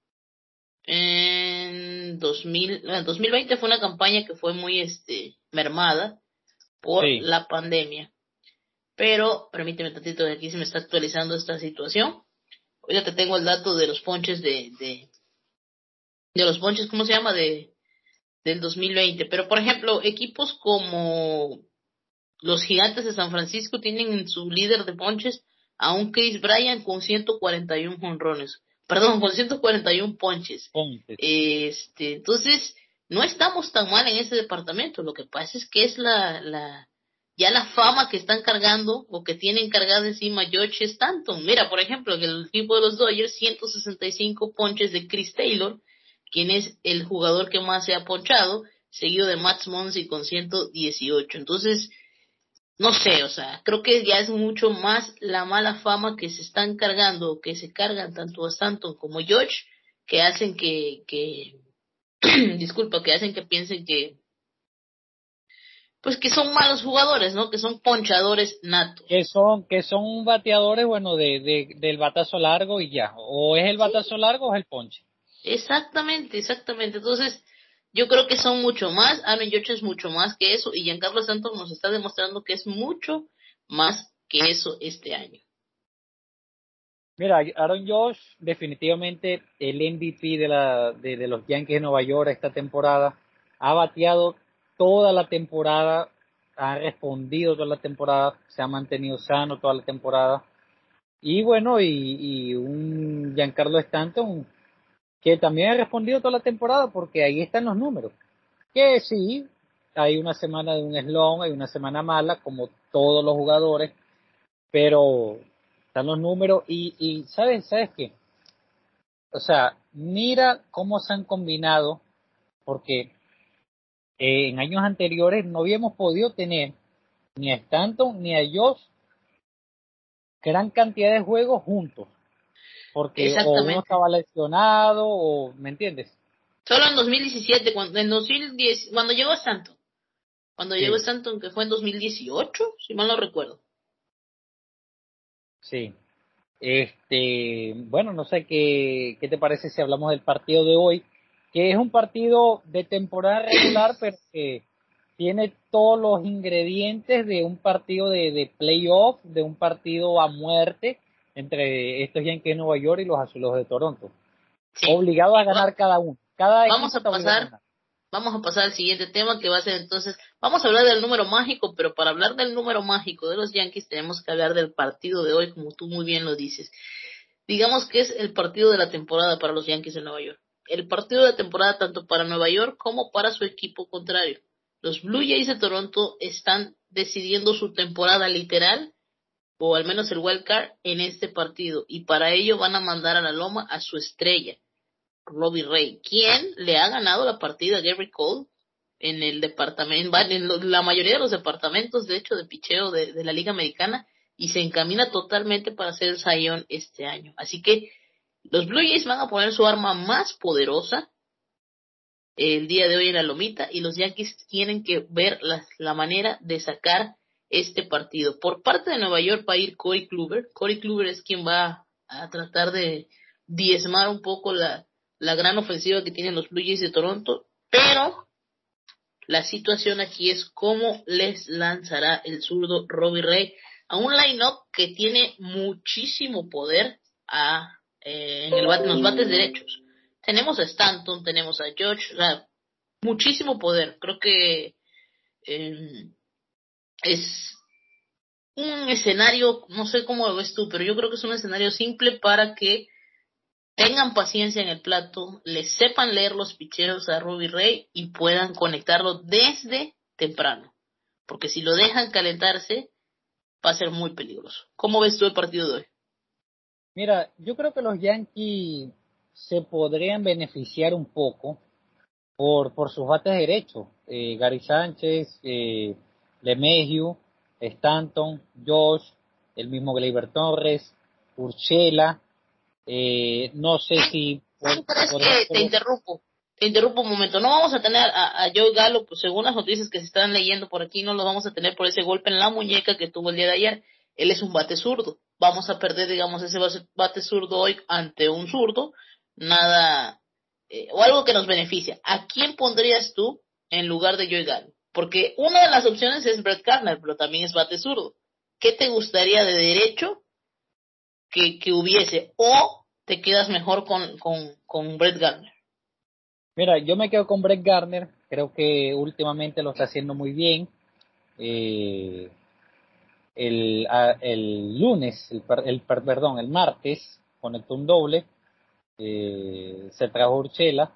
en dos mil, bueno, dos mil veinte fue una campaña que fue muy este mermada por sí. la pandemia. Pero, permíteme tantito, que aquí se me está actualizando esta situación. Hoy ya te tengo el dato de los ponches de, de, de los ponches, ¿cómo se llama? De, del dos mil veinte. Pero, por ejemplo, equipos como los Gigantes de San Francisco tienen en su líder de ponches a un Chris Bryant con ciento cuarenta y uno jonrones. Perdón, con ciento cuarenta y uno ponches.
Ponches.
Este, entonces, no estamos tan mal en ese departamento. Lo que pasa es que es la, la, ya la fama que están cargando o que tienen cargada encima Judge Stanton. Mira, por ejemplo, en el equipo de los Dodgers, ciento sesenta y cinco ponches de Chris Taylor, quien es el jugador que más se ha ponchado, seguido de Matt Muncy con ciento dieciocho. Entonces, no sé, o sea, creo que ya es mucho más la mala fama que se están cargando, que se cargan tanto a Stanton como Judge, que hacen que, que disculpa, que hacen que piensen que, pues que son malos jugadores, ¿no? Que son ponchadores natos.
Que son, que son bateadores, bueno, de, de, del batazo largo y ya. O es el batazo sí. largo o es el ponche.
Exactamente, exactamente. Entonces, yo creo que son mucho más, Aaron Judge es mucho más que eso, y Giancarlo Stanton nos está demostrando que es mucho más que eso este año.
Mira, Aaron Josh, definitivamente el M V P de, la, de, de los Yankees de Nueva York esta temporada. Ha bateado toda la temporada, ha respondido toda la temporada, se ha mantenido sano toda la temporada. Y bueno, y, y un Giancarlo Stanton que también ha respondido toda la temporada, porque ahí están los números. Que sí, hay una semana de un slump, hay una semana mala, como todos los jugadores, pero están los números y, y ¿sabes, ¿sabes qué? O sea, mira cómo se han combinado, porque eh, en años anteriores no habíamos podido tener ni a Stanton ni a Josh gran cantidad de juegos juntos, porque o uno
Exactamente.
estaba lesionado o, ¿me entiendes?
Solo en dos mil diecisiete, cuando, en dos mil diez, cuando llegó Stanton, cuando llegó
Sí,
Stanton, que fue en dos mil dieciocho, si mal no recuerdo.
sí. Este, bueno, no sé qué, qué te parece si hablamos del partido de hoy, que es un partido de temporada regular, pero que tiene todos los ingredientes de un partido de, de playoff, de un partido a muerte entre estos Yankees de Nueva York y los Azulejos de Toronto.
Sí.
Obligados a ganar cada uno. Cada
Vamos
equipo
a
está obligado a
pasar,
ganar.
vamos a pasar al siguiente tema, que va a ser entonces, vamos a hablar del número mágico, pero para hablar del número mágico de los Yankees tenemos que hablar del partido de hoy, como tú muy bien lo dices. Digamos que es el partido de la temporada para los Yankees de Nueva York. El partido de la temporada tanto para Nueva York como para su equipo contrario. Los Blue Jays de Toronto están decidiendo su temporada literal, o al menos el wild card, en este partido, y para ello van a mandar a la loma a su estrella, Robbie Ray, quien le ha ganado la partida a Gary Cole en el departamento, en la mayoría de los departamentos, de hecho, de picheo de, de la Liga Americana, y se encamina totalmente para ser el Cy Young este año. Así que los Blue Jays van a poner su arma más poderosa el día de hoy en la lomita, y los Yankees tienen que ver la, la manera de sacar este partido. Por parte de Nueva York va a ir Corey Kluber. Corey Kluber es quien va a tratar de diezmar un poco la, la gran ofensiva que tienen los Blue Jays de Toronto, pero la situación aquí es cómo les lanzará el zurdo Robbie Ray a un line-up que tiene muchísimo poder a, eh, en, el bate, en los bates derechos. Tenemos a Stanton, tenemos a George, o sea, muchísimo poder. Creo que eh, es un escenario, no sé cómo lo ves tú, pero yo creo que es un escenario simple para que tengan paciencia en el plato, le sepan leer los picheros a Robbie Ray y puedan conectarlo desde temprano. Porque si lo dejan calentarse, va a ser muy peligroso. ¿Cómo ves tú el partido de hoy?
Mira, yo creo que los Yankees se podrían beneficiar un poco por, por sus bates derechos. Eh, Gary Sánchez, eh, LeMahieu, Stanton, Josh, el mismo Gleyber Torres, Urshela, eh, no sé si por,
¿Tú crees
por
que te
ejemplo,
interrumpo? Te interrumpo un momento. No vamos a tener a, a Joey Gallo, pues según las noticias que se están leyendo por aquí, no lo vamos a tener por ese golpe en la muñeca que tuvo el día de ayer. Él es un bate zurdo. Vamos a perder, digamos, ese bate zurdo hoy ante un zurdo. Nada, eh, o algo que nos beneficia. ¿A quién pondrías tú en lugar de Joey Gallo? Porque una de las opciones es Brett Gardner, pero también es bate zurdo. ¿Qué te gustaría de derecho que, que hubiese? ¿O te quedas mejor con, con, con Brett Gardner?
mira, yo me quedo con Brett Gardner, creo que últimamente lo está haciendo muy bien. Eh, el, a, el lunes, el, el, perdón, el martes, conectó un doble, eh, se trajo Urshela,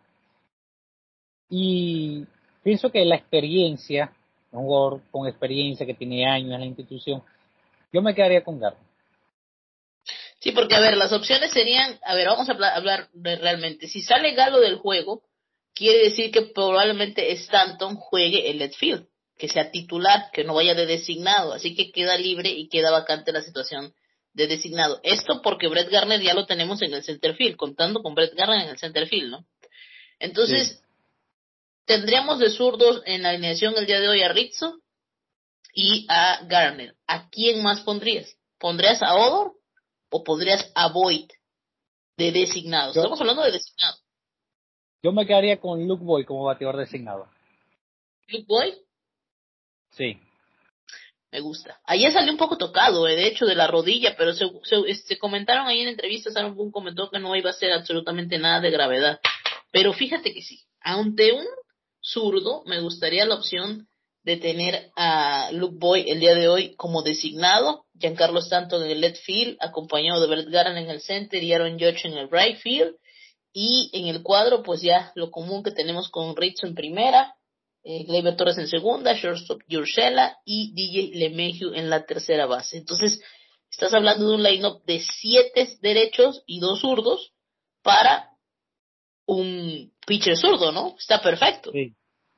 y pienso que la experiencia, un jugador con experiencia que tiene años en la institución, yo me quedaría con Gardner.
Sí, porque a ver, las opciones serían, a ver, vamos a hablar de realmente. Si sale Galo del juego, quiere decir que probablemente Stanton juegue el left field, que sea titular, que no vaya de designado, así que queda libre y queda vacante la situación de designado. Esto porque Brett Gardner ya lo tenemos en el center field, contando con Brett Gardner en el center field, ¿no? Entonces,
Sí.
tendríamos de zurdos en la alineación el día de hoy a Rizzo y a Gardner. ¿A quién más pondrías? ¿Pondrías a Odor o pondrías a Voit de designado?
Yo,
Estamos hablando de designado.
yo me quedaría con Luke Boyd como bateador designado.
¿Luke Voit?
Sí.
me gusta. Ayer salió un poco tocado, eh, de hecho, de la rodilla, pero se, se, se comentaron ahí en entrevistas, Aaron Boone comentó que no iba a ser absolutamente nada de gravedad. Pero fíjate que sí, ante un zurdo, me gustaría la opción de tener a Luke Boyd el día de hoy como designado, Giancarlo Stanton en el left field, acompañado de Brett Gardner en el center y Aaron Judge en el right field, y en el cuadro, pues ya lo común que tenemos con Rizzo en primera, eh, Gleyber Torres en segunda, shortstop Urshela y D J LeMahieu en la tercera base. Entonces, estás hablando de un line-up de siete derechos y dos zurdos para un pitcher zurdo, ¿no? Está perfecto.
Sí.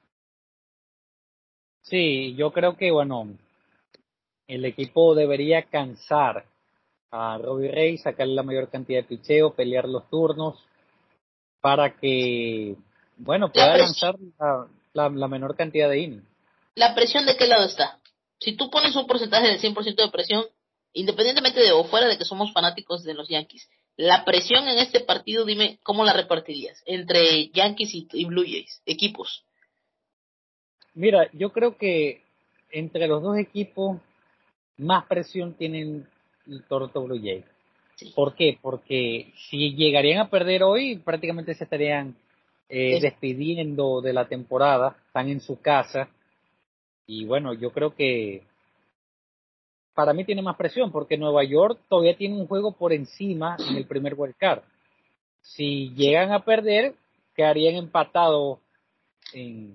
Sí, yo creo que, bueno, el equipo debería cansar a Robbie Ray, sacarle la mayor cantidad de picheo, pelear los turnos, para que, bueno, pueda lanzar la, la, la menor cantidad de innings.
¿La presión de qué lado está? Si tú pones un porcentaje del cien por ciento de presión, independientemente de o fuera de que somos fanáticos de los Yankees, la presión en este partido, dime, ¿cómo la repartirías? Entre Yankees y, y Blue Jays, equipos.
Mira, yo creo que entre los dos equipos más presión tienen el Toronto Blue Jays. Sí. ¿Por qué? Porque si llegarían a perder hoy, prácticamente se estarían eh, es... despidiendo de la temporada, están en su casa, y bueno, yo creo que para mí tiene más presión, porque Nueva York todavía tiene un juego por encima en el primer wild card. Si llegan a perder, quedarían empatados en,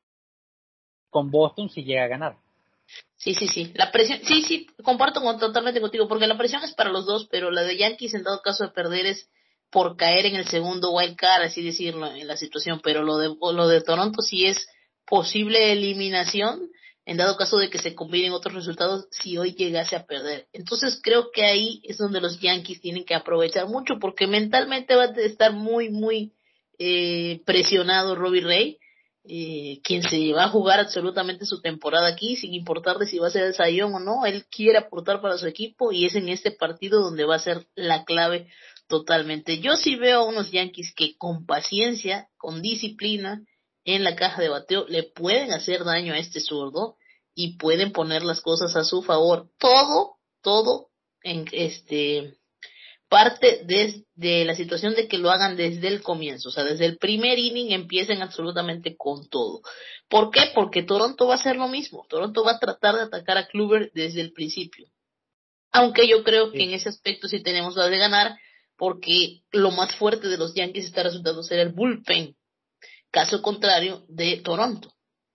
con Boston si llega a ganar.
Sí, sí, sí. La presión, sí, sí, comparto con, totalmente contigo, porque la presión es para los dos, pero la de Yankees en dado caso de perder es por caer en el segundo wild card, así decirlo, en la situación, pero lo de lo de Toronto sí es posible eliminación en dado caso de que se combinen otros resultados si hoy llegase a perder. Entonces creo que ahí es donde los Yankees tienen que aprovechar mucho, porque mentalmente va a estar muy, muy eh, presionado Robbie Ray, Eh, quien se va a jugar absolutamente su temporada aquí, sin importarle si va a ser el Cy Young o no. Él quiere aportar para su equipo y es en este partido donde va a ser la clave totalmente. Yo sí veo a unos Yankees que con paciencia, con disciplina en la caja de bateo le pueden hacer daño a este zurdo y pueden poner las cosas a su favor. Todo, todo en este parte de, de la situación de que lo hagan desde el comienzo, o sea, desde el primer inning empiecen absolutamente con todo. ¿Por qué? Porque Toronto va a hacer lo mismo. Toronto va a tratar de atacar a Kluber desde el principio. Aunque yo creo sí. que en ese aspecto sí tenemos la de ganar, porque lo más fuerte de los Yankees está resultando ser el bullpen, caso contrario de Toronto.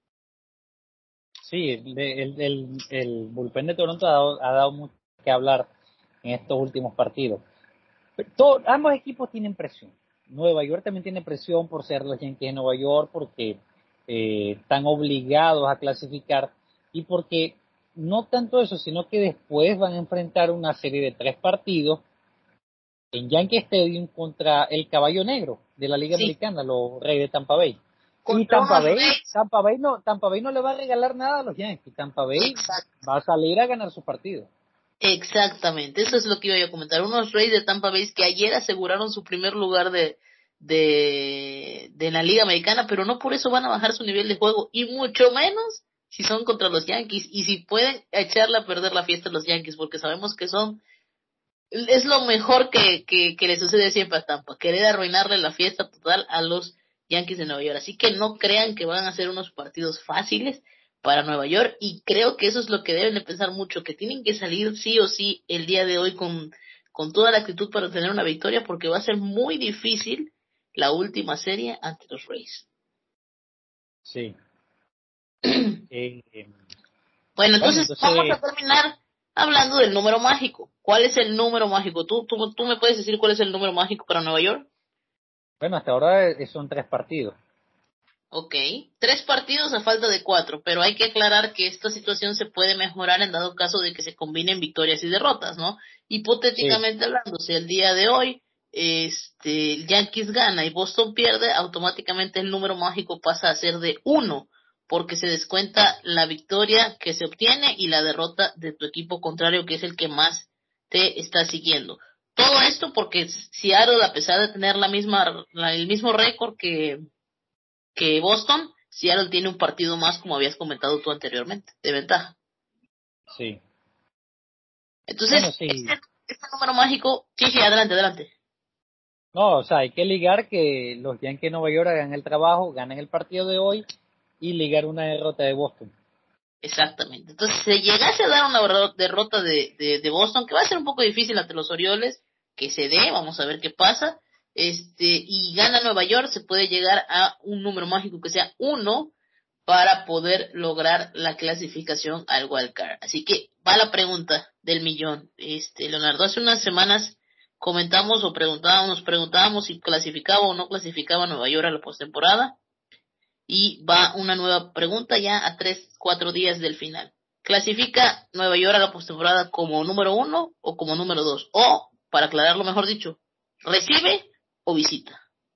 Sí, el, el, el, el bullpen de Toronto ha dado, ha dado mucho que hablar en estos últimos partidos. Todo, ambos equipos tienen presión. Nueva York también tiene presión por ser los Yankees de Nueva York, porque eh, están obligados a clasificar y porque no tanto eso, sino que después van a enfrentar una serie de tres partidos en Yankee Stadium contra el caballo negro de la Liga sí. Americana, los Reyes de Tampa Bay. Contra y Tampa Bay, Tampa Bay no, Tampa Bay no le va a regalar nada a los Yankees. Tampa Bay Exacto. va a salir a ganar su partido.
Exactamente, eso es lo que iba a comentar. Unos Reyes de Tampa Bay que ayer aseguraron su primer lugar de, de, de la Liga Americana, pero no por eso van a bajar su nivel de juego, y mucho menos si son contra los Yankees, y si pueden echarle a perder la fiesta a los Yankees, porque sabemos que son, es lo mejor que, que, que le sucede siempre a Tampa, querer arruinarle la fiesta total a los Yankees de Nueva York. Así que no crean que van a ser unos partidos fáciles para Nueva York, y creo que eso es lo que deben de pensar mucho, que tienen que salir sí o sí el día de hoy con, con toda la actitud para tener una victoria, porque va a ser muy difícil la última serie ante los Rays.
Sí. eh, eh,
bueno, entonces, bueno, entonces vamos a terminar hablando del número mágico. ¿Cuál es el número mágico? ¿Tú, tú, tú me puedes decir cuál es el número mágico para Nueva York?
Bueno, hasta ahora son tres partidos.
Ok, tres partidos a falta de cuatro, pero hay que aclarar que esta situación se puede mejorar en dado caso de que se combinen victorias y derrotas, ¿no? Hipotéticamente sí. hablando, si el día de hoy este, el Yankees gana y Boston pierde, automáticamente el número mágico pasa a ser de uno, porque se descuenta la victoria que se obtiene y la derrota de tu equipo contrario, que es el que más te está siguiendo. Todo esto porque Seattle, a pesar de tener la misma, la, el mismo récord que que Boston, Seattle tiene un partido más, como habías comentado tú anteriormente, de ventaja.
Sí.
Entonces,
bueno, sí.
este, este número mágico, sí, sí, adelante, adelante.
No, o sea, hay que ligar que los Yankees de Nueva York hagan el trabajo, ganen el partido de hoy y ligar una derrota de Boston.
Exactamente. Entonces, si llegase a dar una derrota de, de, de Boston, que va a ser un poco difícil ante los Orioles, que se dé, vamos a ver qué pasa, este, y gana Nueva York, se puede llegar a un número mágico que sea uno para poder lograr la clasificación al wild card. Así que va la pregunta del millón. Este, Leonardo, hace unas semanas comentamos o preguntábamos, nos preguntábamos si clasificaba o no clasificaba Nueva York a la postemporada. Y va una nueva pregunta ya a tres, cuatro días del final. ¿Clasifica Nueva York a la postemporada como número uno o como número dos? O, para aclararlo mejor dicho, ¿recibe o visita?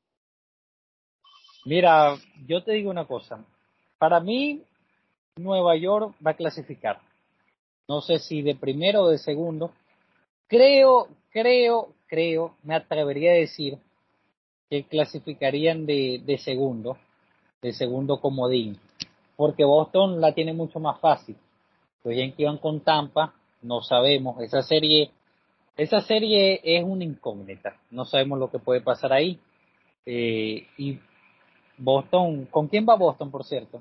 Mira, yo te digo una cosa. Para mí, Nueva York va a clasificar. No sé si de primero o de segundo. Creo, creo, creo, me atrevería a decir que clasificarían de, de segundo, de segundo comodín. Porque Boston la tiene mucho más fácil. Los Yankees van con Tampa, no sabemos. Esa serie, esa serie es una incógnita. No sabemos lo que puede pasar ahí. Eh, y Boston, ¿con quién va Boston, por cierto?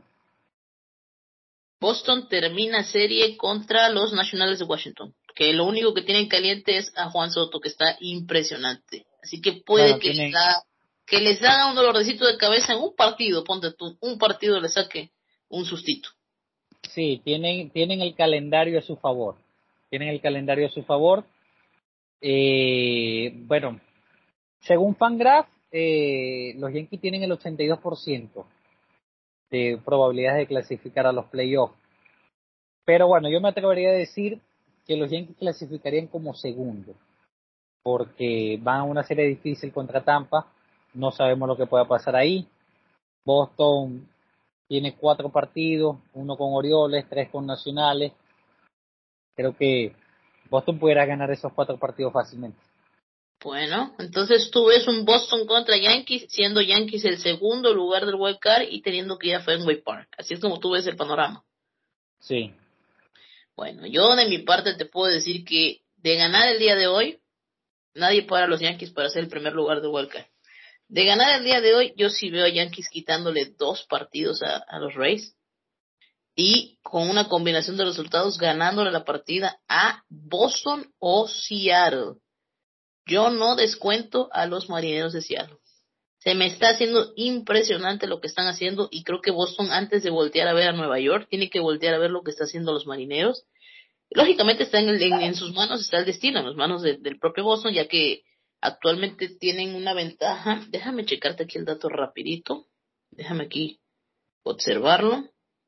Boston termina serie contra los Nationales de Washington, que lo único que tienen caliente es a Juan Soto, que está impresionante. Así que puede
Bueno,
que,
tienen,
les haga, que les haga un dolorcito de cabeza en un partido, ponte tú, un partido le saque un sustito.
sí, tienen, tienen el calendario a su favor. Tienen el calendario a su favor. Eh, bueno, según Fangraph, eh, los Yankees tienen el ochenta y dos por ciento de probabilidades de clasificar a los playoffs. Pero bueno, yo me atrevería a decir que los Yankees clasificarían como segundo, porque van a una serie difícil contra Tampa, no sabemos lo que pueda pasar ahí. Boston tiene cuatro partidos, uno con Orioles, tres con Nacionales. Creo que Boston pudiera ganar esos cuatro partidos fácilmente.
Bueno, entonces tú ves un Boston contra Yankees, siendo Yankees el segundo lugar del wild card y teniendo que ir a Fenway Park. Así es como tú ves el panorama.
Sí.
Bueno, yo de mi parte te puedo decir que de ganar el día de hoy, nadie para a los Yankees para ser el primer lugar del wild card. De ganar el día de hoy, yo sí veo a Yankees quitándole dos partidos a, a los Rays y con una combinación de resultados ganándole la partida a Boston o Seattle. Yo no descuento a los Marineros de Seattle. Se me está haciendo impresionante lo que están haciendo y creo que Boston, antes de voltear a ver a Nueva York, tiene que voltear a ver lo que está haciendo los Marineros. Lógicamente está en, el, en, en sus manos, está el destino, en las manos de, del propio Boston, ya que actualmente tienen una ventaja. Déjame checarte aquí el dato rapidito. Déjame aquí observarlo.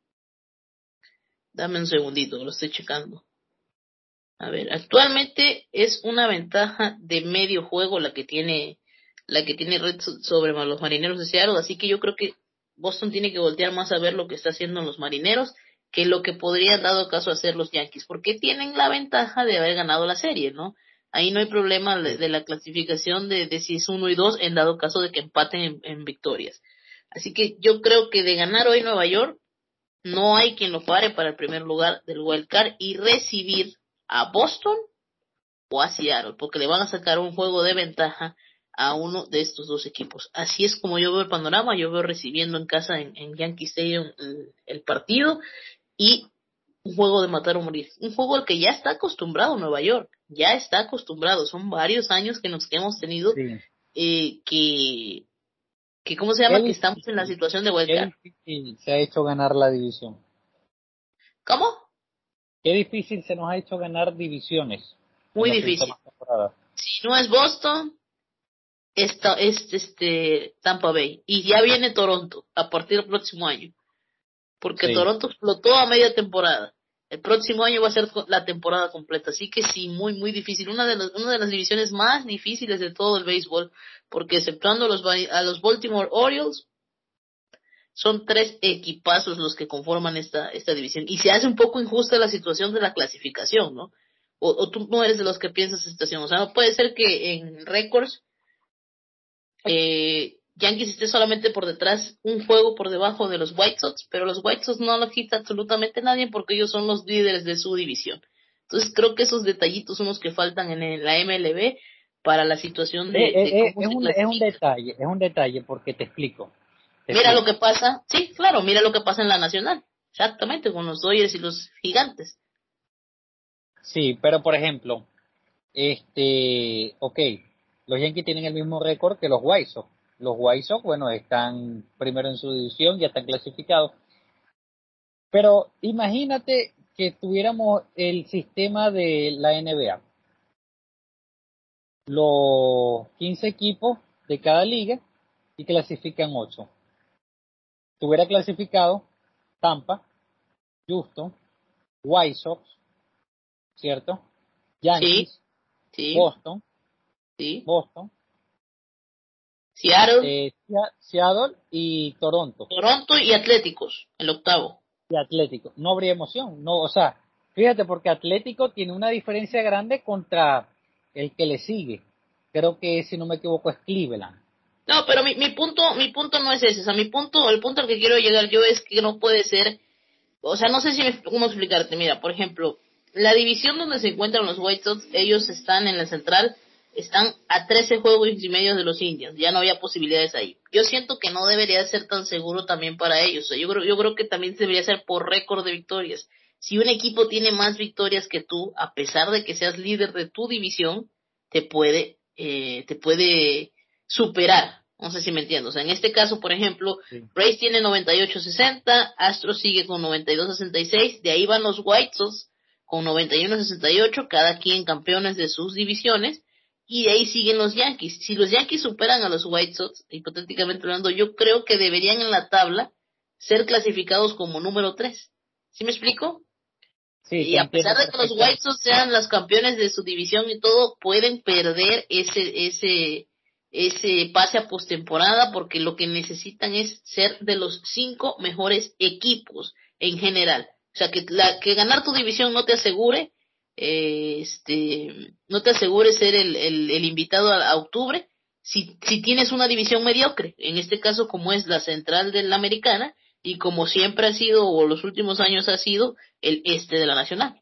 Dame un segundito, lo estoy checando. A ver, actualmente es una ventaja de medio juego la que tiene la que tiene Red sobre los Marineros de Seattle, así que yo creo que Boston tiene que voltear más a ver lo que está haciendo los Marineros que lo que podrían dado caso hacer los Yankees, porque tienen la ventaja de haber ganado la serie, ¿no? Ahí no hay problema de, de la clasificación de, de si es uno y dos en dado caso de que empaten en, en victorias. Así que yo creo que de ganar hoy Nueva York, no hay quien lo pare para el primer lugar del wild card y recibir a Boston o a Seattle, porque le van a sacar un juego de ventaja a uno de estos dos equipos. Así es como yo veo el panorama. Yo veo recibiendo en casa en, en Yankee Stadium el, el partido y un juego de matar o morir, un juego al que ya está acostumbrado Nueva York, ya está acostumbrado, son varios años que nos que hemos tenido
Sí.
eh, que que cómo se llama, que estamos en la situación de wild
Qué
card.
difícil se ha hecho ganar la división.
¿Cómo?
Qué difícil se nos ha hecho ganar divisiones en
Muy
las
difícil.
últimas temporadas.
Si no es Boston, esta, es este Tampa Bay. Y ya viene Toronto a partir del próximo año. Porque
Sí.
Toronto explotó a media temporada. El próximo año va a ser la temporada completa. Así que sí, muy, muy difícil. Una de las, una de las divisiones más difíciles de todo el béisbol. Porque exceptuando a los, a los Baltimore Orioles, son tres equipazos los que conforman esta, esta división. Y se hace un poco injusta la situación de la clasificación, ¿no? O, o tú no eres de los que piensas esta situación. O sea, no puede ser que en récords eh, Yankees esté solamente por detrás, un juego por debajo de los White Sox, pero los White Sox no lo quita absolutamente nadie porque ellos son los líderes de su división. Entonces creo que esos detallitos son los que faltan en la M L B para la situación de,
eh,
de
eh,
cómo
es,
se
un,
clasifica.
es un detalle, es un detalle porque te explico. Te
mira
explico.
lo que pasa, sí, claro, mira lo que pasa en la Nacional, exactamente, con los Dodgers y los Gigantes.
Sí, pero por ejemplo, este, ok, los Yankees tienen el mismo récord que los White Sox. Los White Sox, bueno, están primero en su división, ya están clasificados. Pero imagínate que tuviéramos el sistema de la N B A. Los quince equipos de cada liga y clasifican ocho. Tuviera clasificado Tampa, Houston, White Sox, ¿cierto?
Sí,
Yankees,
sí,
Boston,
sí.
Boston,
Seattle,
eh, Seattle y Toronto.
Toronto y Atléticos, el octavo.
Y Atlético. No habría emoción, no, o sea, fíjate, porque Atlético tiene una diferencia grande contra el que le sigue. Creo que, si no me equivoco, es Cleveland.
No, pero mi, mi punto, mi punto no es ese, o sea, mi punto, el punto al que quiero llegar yo es que no puede ser, o sea, no sé si me, cómo explicarte, mira, por ejemplo, la división donde se encuentran los White Sox, ellos están en la central, están a trece juegos y medio de los Indians, ya no había posibilidades ahí. Yo siento que no debería ser tan seguro también para ellos, o sea, yo creo, yo creo que también debería ser por récord de victorias. Si un equipo tiene más victorias que tú, a pesar de que seas líder de tu división, te puede, eh, te puede superar. No sé si me entiendo. O sea, en este caso, por ejemplo, sí. Rays tiene noventa y ocho sesenta, Astros sigue con noventa y dos sesenta y seis, de ahí van los White Sox con noventa y uno sesenta y ocho, cada quien campeones de sus divisiones, y de ahí siguen los Yankees. Si los Yankees superan a los White Sox, hipotéticamente hablando, yo creo que deberían en la tabla ser clasificados como número tres. ¿Sí me explico?
Sí,
y a pesar de que los White Sox sean los campeones de su división y todo, pueden perder ese ese ese pase a postemporada porque lo que necesitan es ser de los cinco mejores equipos en general. O sea, que la que ganar tu división no te asegure eh, este no te asegure ser el, el, el invitado a, a octubre si, si tienes una división mediocre, en este caso como es la central de la americana y como siempre ha sido o los últimos años ha sido el este de la Nacional.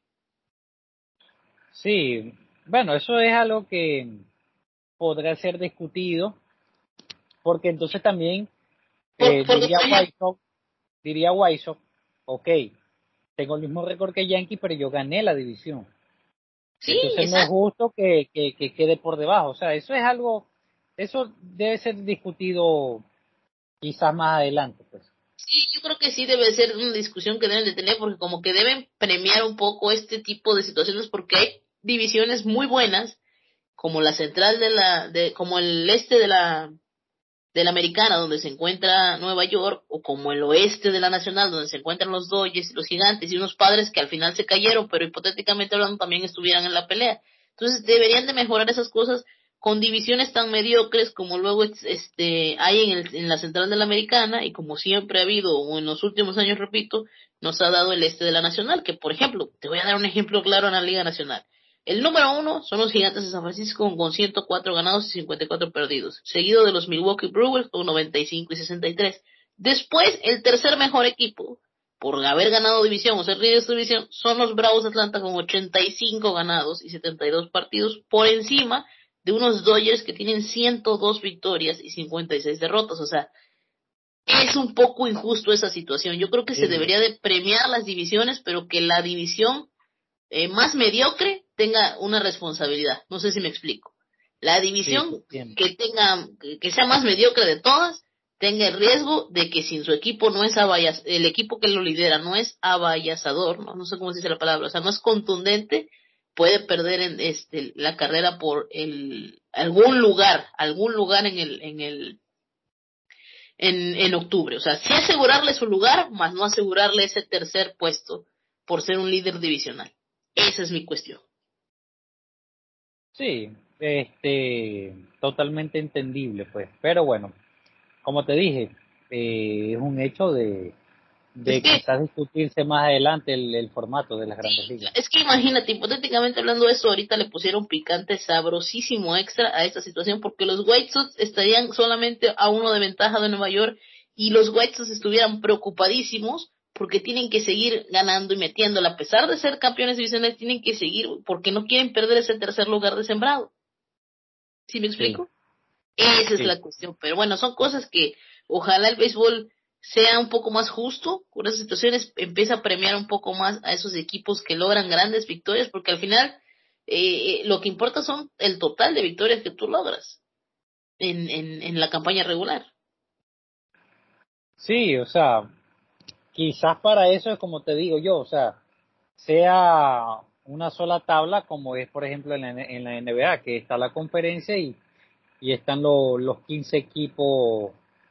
Sí, bueno, eso es algo que podrá ser discutido, porque entonces también eh, Por, diría White Sox, diría White Sox, ok, tengo el mismo récord que Yankee, pero yo gané la división.
Sí,
entonces
exacto.
No es justo que, que, que quede por debajo. O sea, eso es algo, eso debe ser discutido quizás más adelante, pues.
Sí, yo creo que sí debe ser una discusión que deben de tener, porque como que deben premiar un poco este tipo de situaciones, porque hay divisiones muy buenas, como la central de la, de, como el este de la, de la americana, donde se encuentra Nueva York, o como el oeste de la nacional, donde se encuentran los Dodgers y los Gigantes, y unos Padres que al final se cayeron, pero hipotéticamente hablando también estuvieran en la pelea. Entonces deberían de mejorar esas cosas con divisiones tan mediocres como luego este hay en, el, en la central de la americana, y como siempre ha habido, o en los últimos años, repito, nos ha dado el este de la nacional, que por ejemplo, te voy a dar un ejemplo claro en la Liga Nacional. El número uno son los Gigantes de San Francisco con ciento cuatro ganados y cincuenta y cuatro perdidos, seguido de los Milwaukee Brewers con noventa y cinco y sesenta y tres. Después, el tercer mejor equipo, por haber ganado división o ser líder de su división, son los Bravos de Atlanta con ochenta y cinco ganados y setenta y dos partidos, por encima de unos Dodgers que tienen ciento dos victorias y cincuenta y seis derrotas. O sea, es un poco injusto esa situación. Yo creo que sí. Se debería de premiar las divisiones, pero que la división eh, más mediocre tenga una responsabilidad. No sé si me explico. La división sí, que tenga, que sea más mediocre de todas, tenga el riesgo de que si su equipo no es avallas, el equipo que lo lidera no es avallazador, no, no sé cómo se dice la palabra, o sea, no es contundente, puede perder en este la carrera por el algún lugar, algún lugar en el en el en, en octubre. O sea, sí asegurarle su lugar, más no asegurarle ese tercer puesto por ser un líder divisional. Esa es mi cuestión.
Sí, este, totalmente entendible, pues. Pero bueno, como te dije, eh, es un hecho de, de
es que,
quizás discutirse más adelante el, el formato de las grandes ligas.
Es que imagínate, hipotéticamente hablando de eso, ahorita le pusieron picante sabrosísimo extra a esta situación porque los White Sox estarían solamente a uno de ventaja de Nueva York y los White Sox estuvieran preocupadísimos porque tienen que seguir ganando y metiéndola. A pesar de ser campeones divisionales, tienen que seguir porque no quieren perder ese tercer lugar de sembrado. ¿Sí me explico? Sí. Esa es sí. la cuestión. Pero bueno, son cosas que ojalá el béisbol sea un poco más justo con esas situaciones, empieza a premiar un poco más a esos equipos que logran grandes victorias, porque al final eh, lo que importa son el total de victorias que tú logras en, en, en la campaña regular.
Sí, o sea, quizás para eso es como te digo yo, o sea, sea una sola tabla como es por ejemplo en la, en la N B A, que está la conferencia y, y están lo, los quince equipos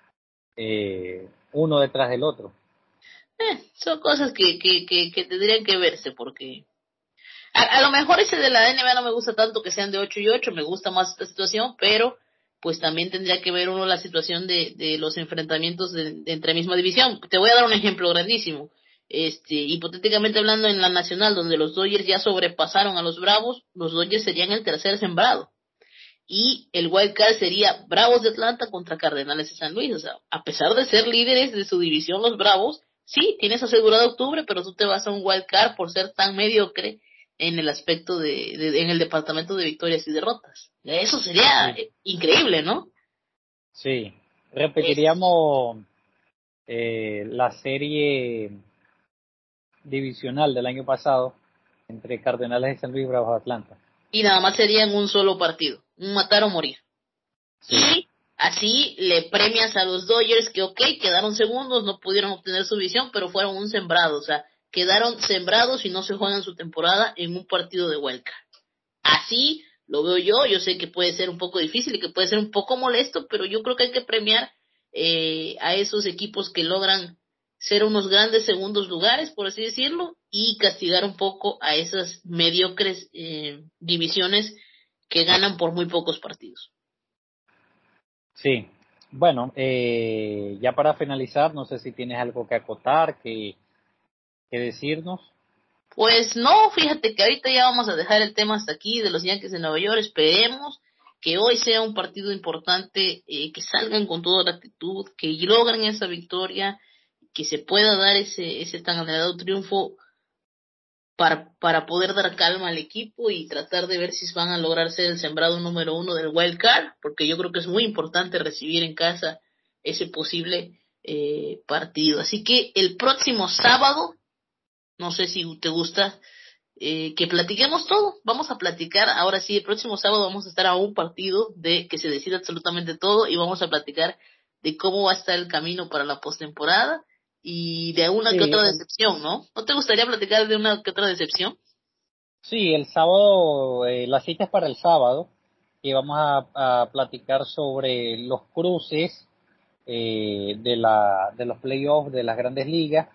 eh, uno detrás del otro.
Eh, son cosas que, que, que, que tendrían que verse porque a, a lo mejor ese de la N B A no me gusta tanto que sean de ocho y ocho, me gusta más esta situación, pero pues también tendría que ver uno la situación de, de los enfrentamientos de, de entre misma división. Te voy a dar un ejemplo grandísimo. Este, hipotéticamente hablando en la nacional, donde los Dodgers ya sobrepasaron a los Bravos, los Dodgers serían el tercer sembrado. Y el wild card sería Bravos de Atlanta contra Cardenales de San Luis. O sea, a pesar de ser líderes de su división los Bravos, sí, tienes asegurado octubre, pero tú te vas a un wild card por ser tan mediocre en el aspecto de, de en el departamento de victorias y derrotas. Eso sería sí. increíble, ¿no?
Sí, repetiríamos eh, la serie divisional del año pasado entre Cardenales de San Luis y Bravos de Atlanta.
Y nada más serían un solo partido, un matar o morir. Sí. Y así le premias a los Dodgers que, ok, quedaron segundos, no pudieron obtener su visión, pero fueron un sembrado, o sea, quedaron sembrados y no se juegan su temporada en un partido de wildcard. Así lo veo yo, yo sé que puede ser un poco difícil y que puede ser un poco molesto, pero yo creo que hay que premiar eh, a esos equipos que logran ser unos grandes segundos lugares, por así decirlo, y castigar un poco a esas mediocres eh, divisiones que ganan por muy pocos partidos.
Sí, bueno, eh, ya para finalizar, no sé si tienes algo que acotar, que, que decirnos.
Pues no, fíjate que ahorita ya vamos a dejar el tema hasta aquí de los Yankees de Nueva York. Esperemos que hoy sea un partido importante, eh, que salgan con toda la actitud, que logren esa victoria, que se pueda dar ese ese tan anhelado triunfo para para poder dar calma al equipo y tratar de ver si van a lograr ser el sembrado número uno del wild card, porque yo creo que es muy importante recibir en casa ese posible eh, partido. Así que el próximo sábado, no sé si te gusta eh, que platiquemos todo. Vamos a platicar, ahora sí, el próximo sábado vamos a estar a un partido de que se decida absolutamente todo y vamos a platicar de cómo va a estar el camino para la postemporada y de una sí, que otra decepción, ¿no? ¿No te gustaría platicar de una que otra decepción?
Sí, el sábado, eh, la cita es para el sábado y vamos a, a platicar sobre los cruces eh, de, la, de los playoffs de las grandes ligas.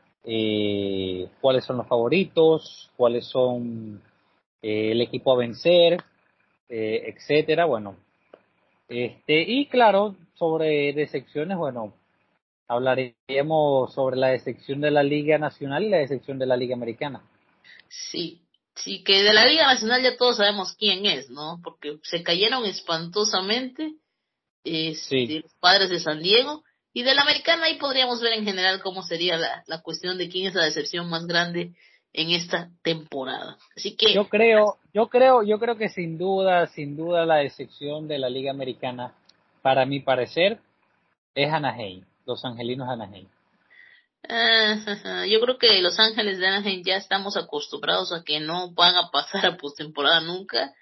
Eh, cuáles son los favoritos, cuáles son eh, el equipo a vencer, eh, etcétera. Bueno, este y claro, sobre decepciones, bueno, hablaríamos sobre la decepción de la Liga Nacional y la decepción de la Liga Americana.
Sí, sí, que de la Liga Nacional ya todos sabemos quién es, ¿no? Porque se cayeron espantosamente este, sí. los Padres de San Diego. Y de la americana ahí podríamos ver en general cómo sería la, la cuestión de quién es la decepción más grande en esta temporada. Así que
yo creo, yo creo, yo creo que sin duda, sin duda la decepción de la Liga Americana, para mi parecer, es Anaheim, los Angelinos de Anaheim.
Uh, yo creo que los Ángeles de Anaheim ya estamos acostumbrados a que no van a pasar a postemporada nunca.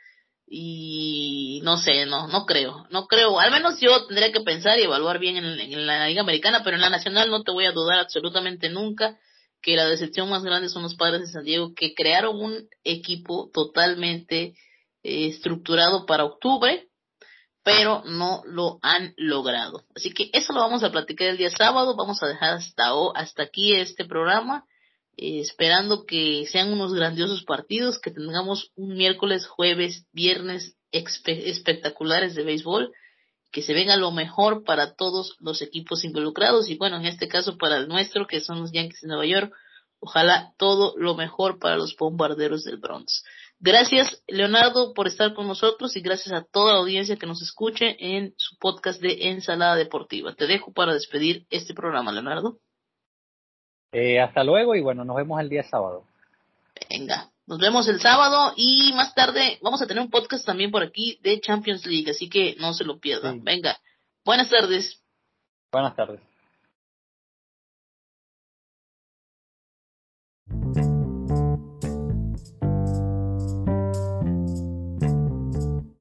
Y no sé, no, no creo, no creo, al menos yo tendría que pensar y evaluar bien en, en la Liga Americana, pero en la Nacional no te voy a dudar absolutamente nunca que la decepción más grande son los Padres de San Diego, que crearon un equipo totalmente eh, estructurado para octubre, pero no lo han logrado. Así que eso lo vamos a platicar el día sábado, vamos a dejar hasta, hasta aquí este programa. Eh, esperando que sean unos grandiosos partidos, que tengamos un miércoles, jueves, viernes expe- espectaculares de béisbol, que se venga lo mejor para todos los equipos involucrados y bueno, en este caso para el nuestro, que son los Yankees de Nueva York. Ojalá todo lo mejor para los bombarderos del Bronx. Gracias, Leonardo, por estar con nosotros y gracias a toda la audiencia que nos escuche en su podcast de Ensalada Deportiva. Te dejo para despedir este programa, Leonardo.
Eh, hasta luego y bueno, nos vemos el día sábado.
Venga, nos vemos el sábado y más tarde vamos a tener un podcast también por aquí de Champions League, así que no se lo pierdan. Sí. Venga, buenas tardes.
Buenas tardes.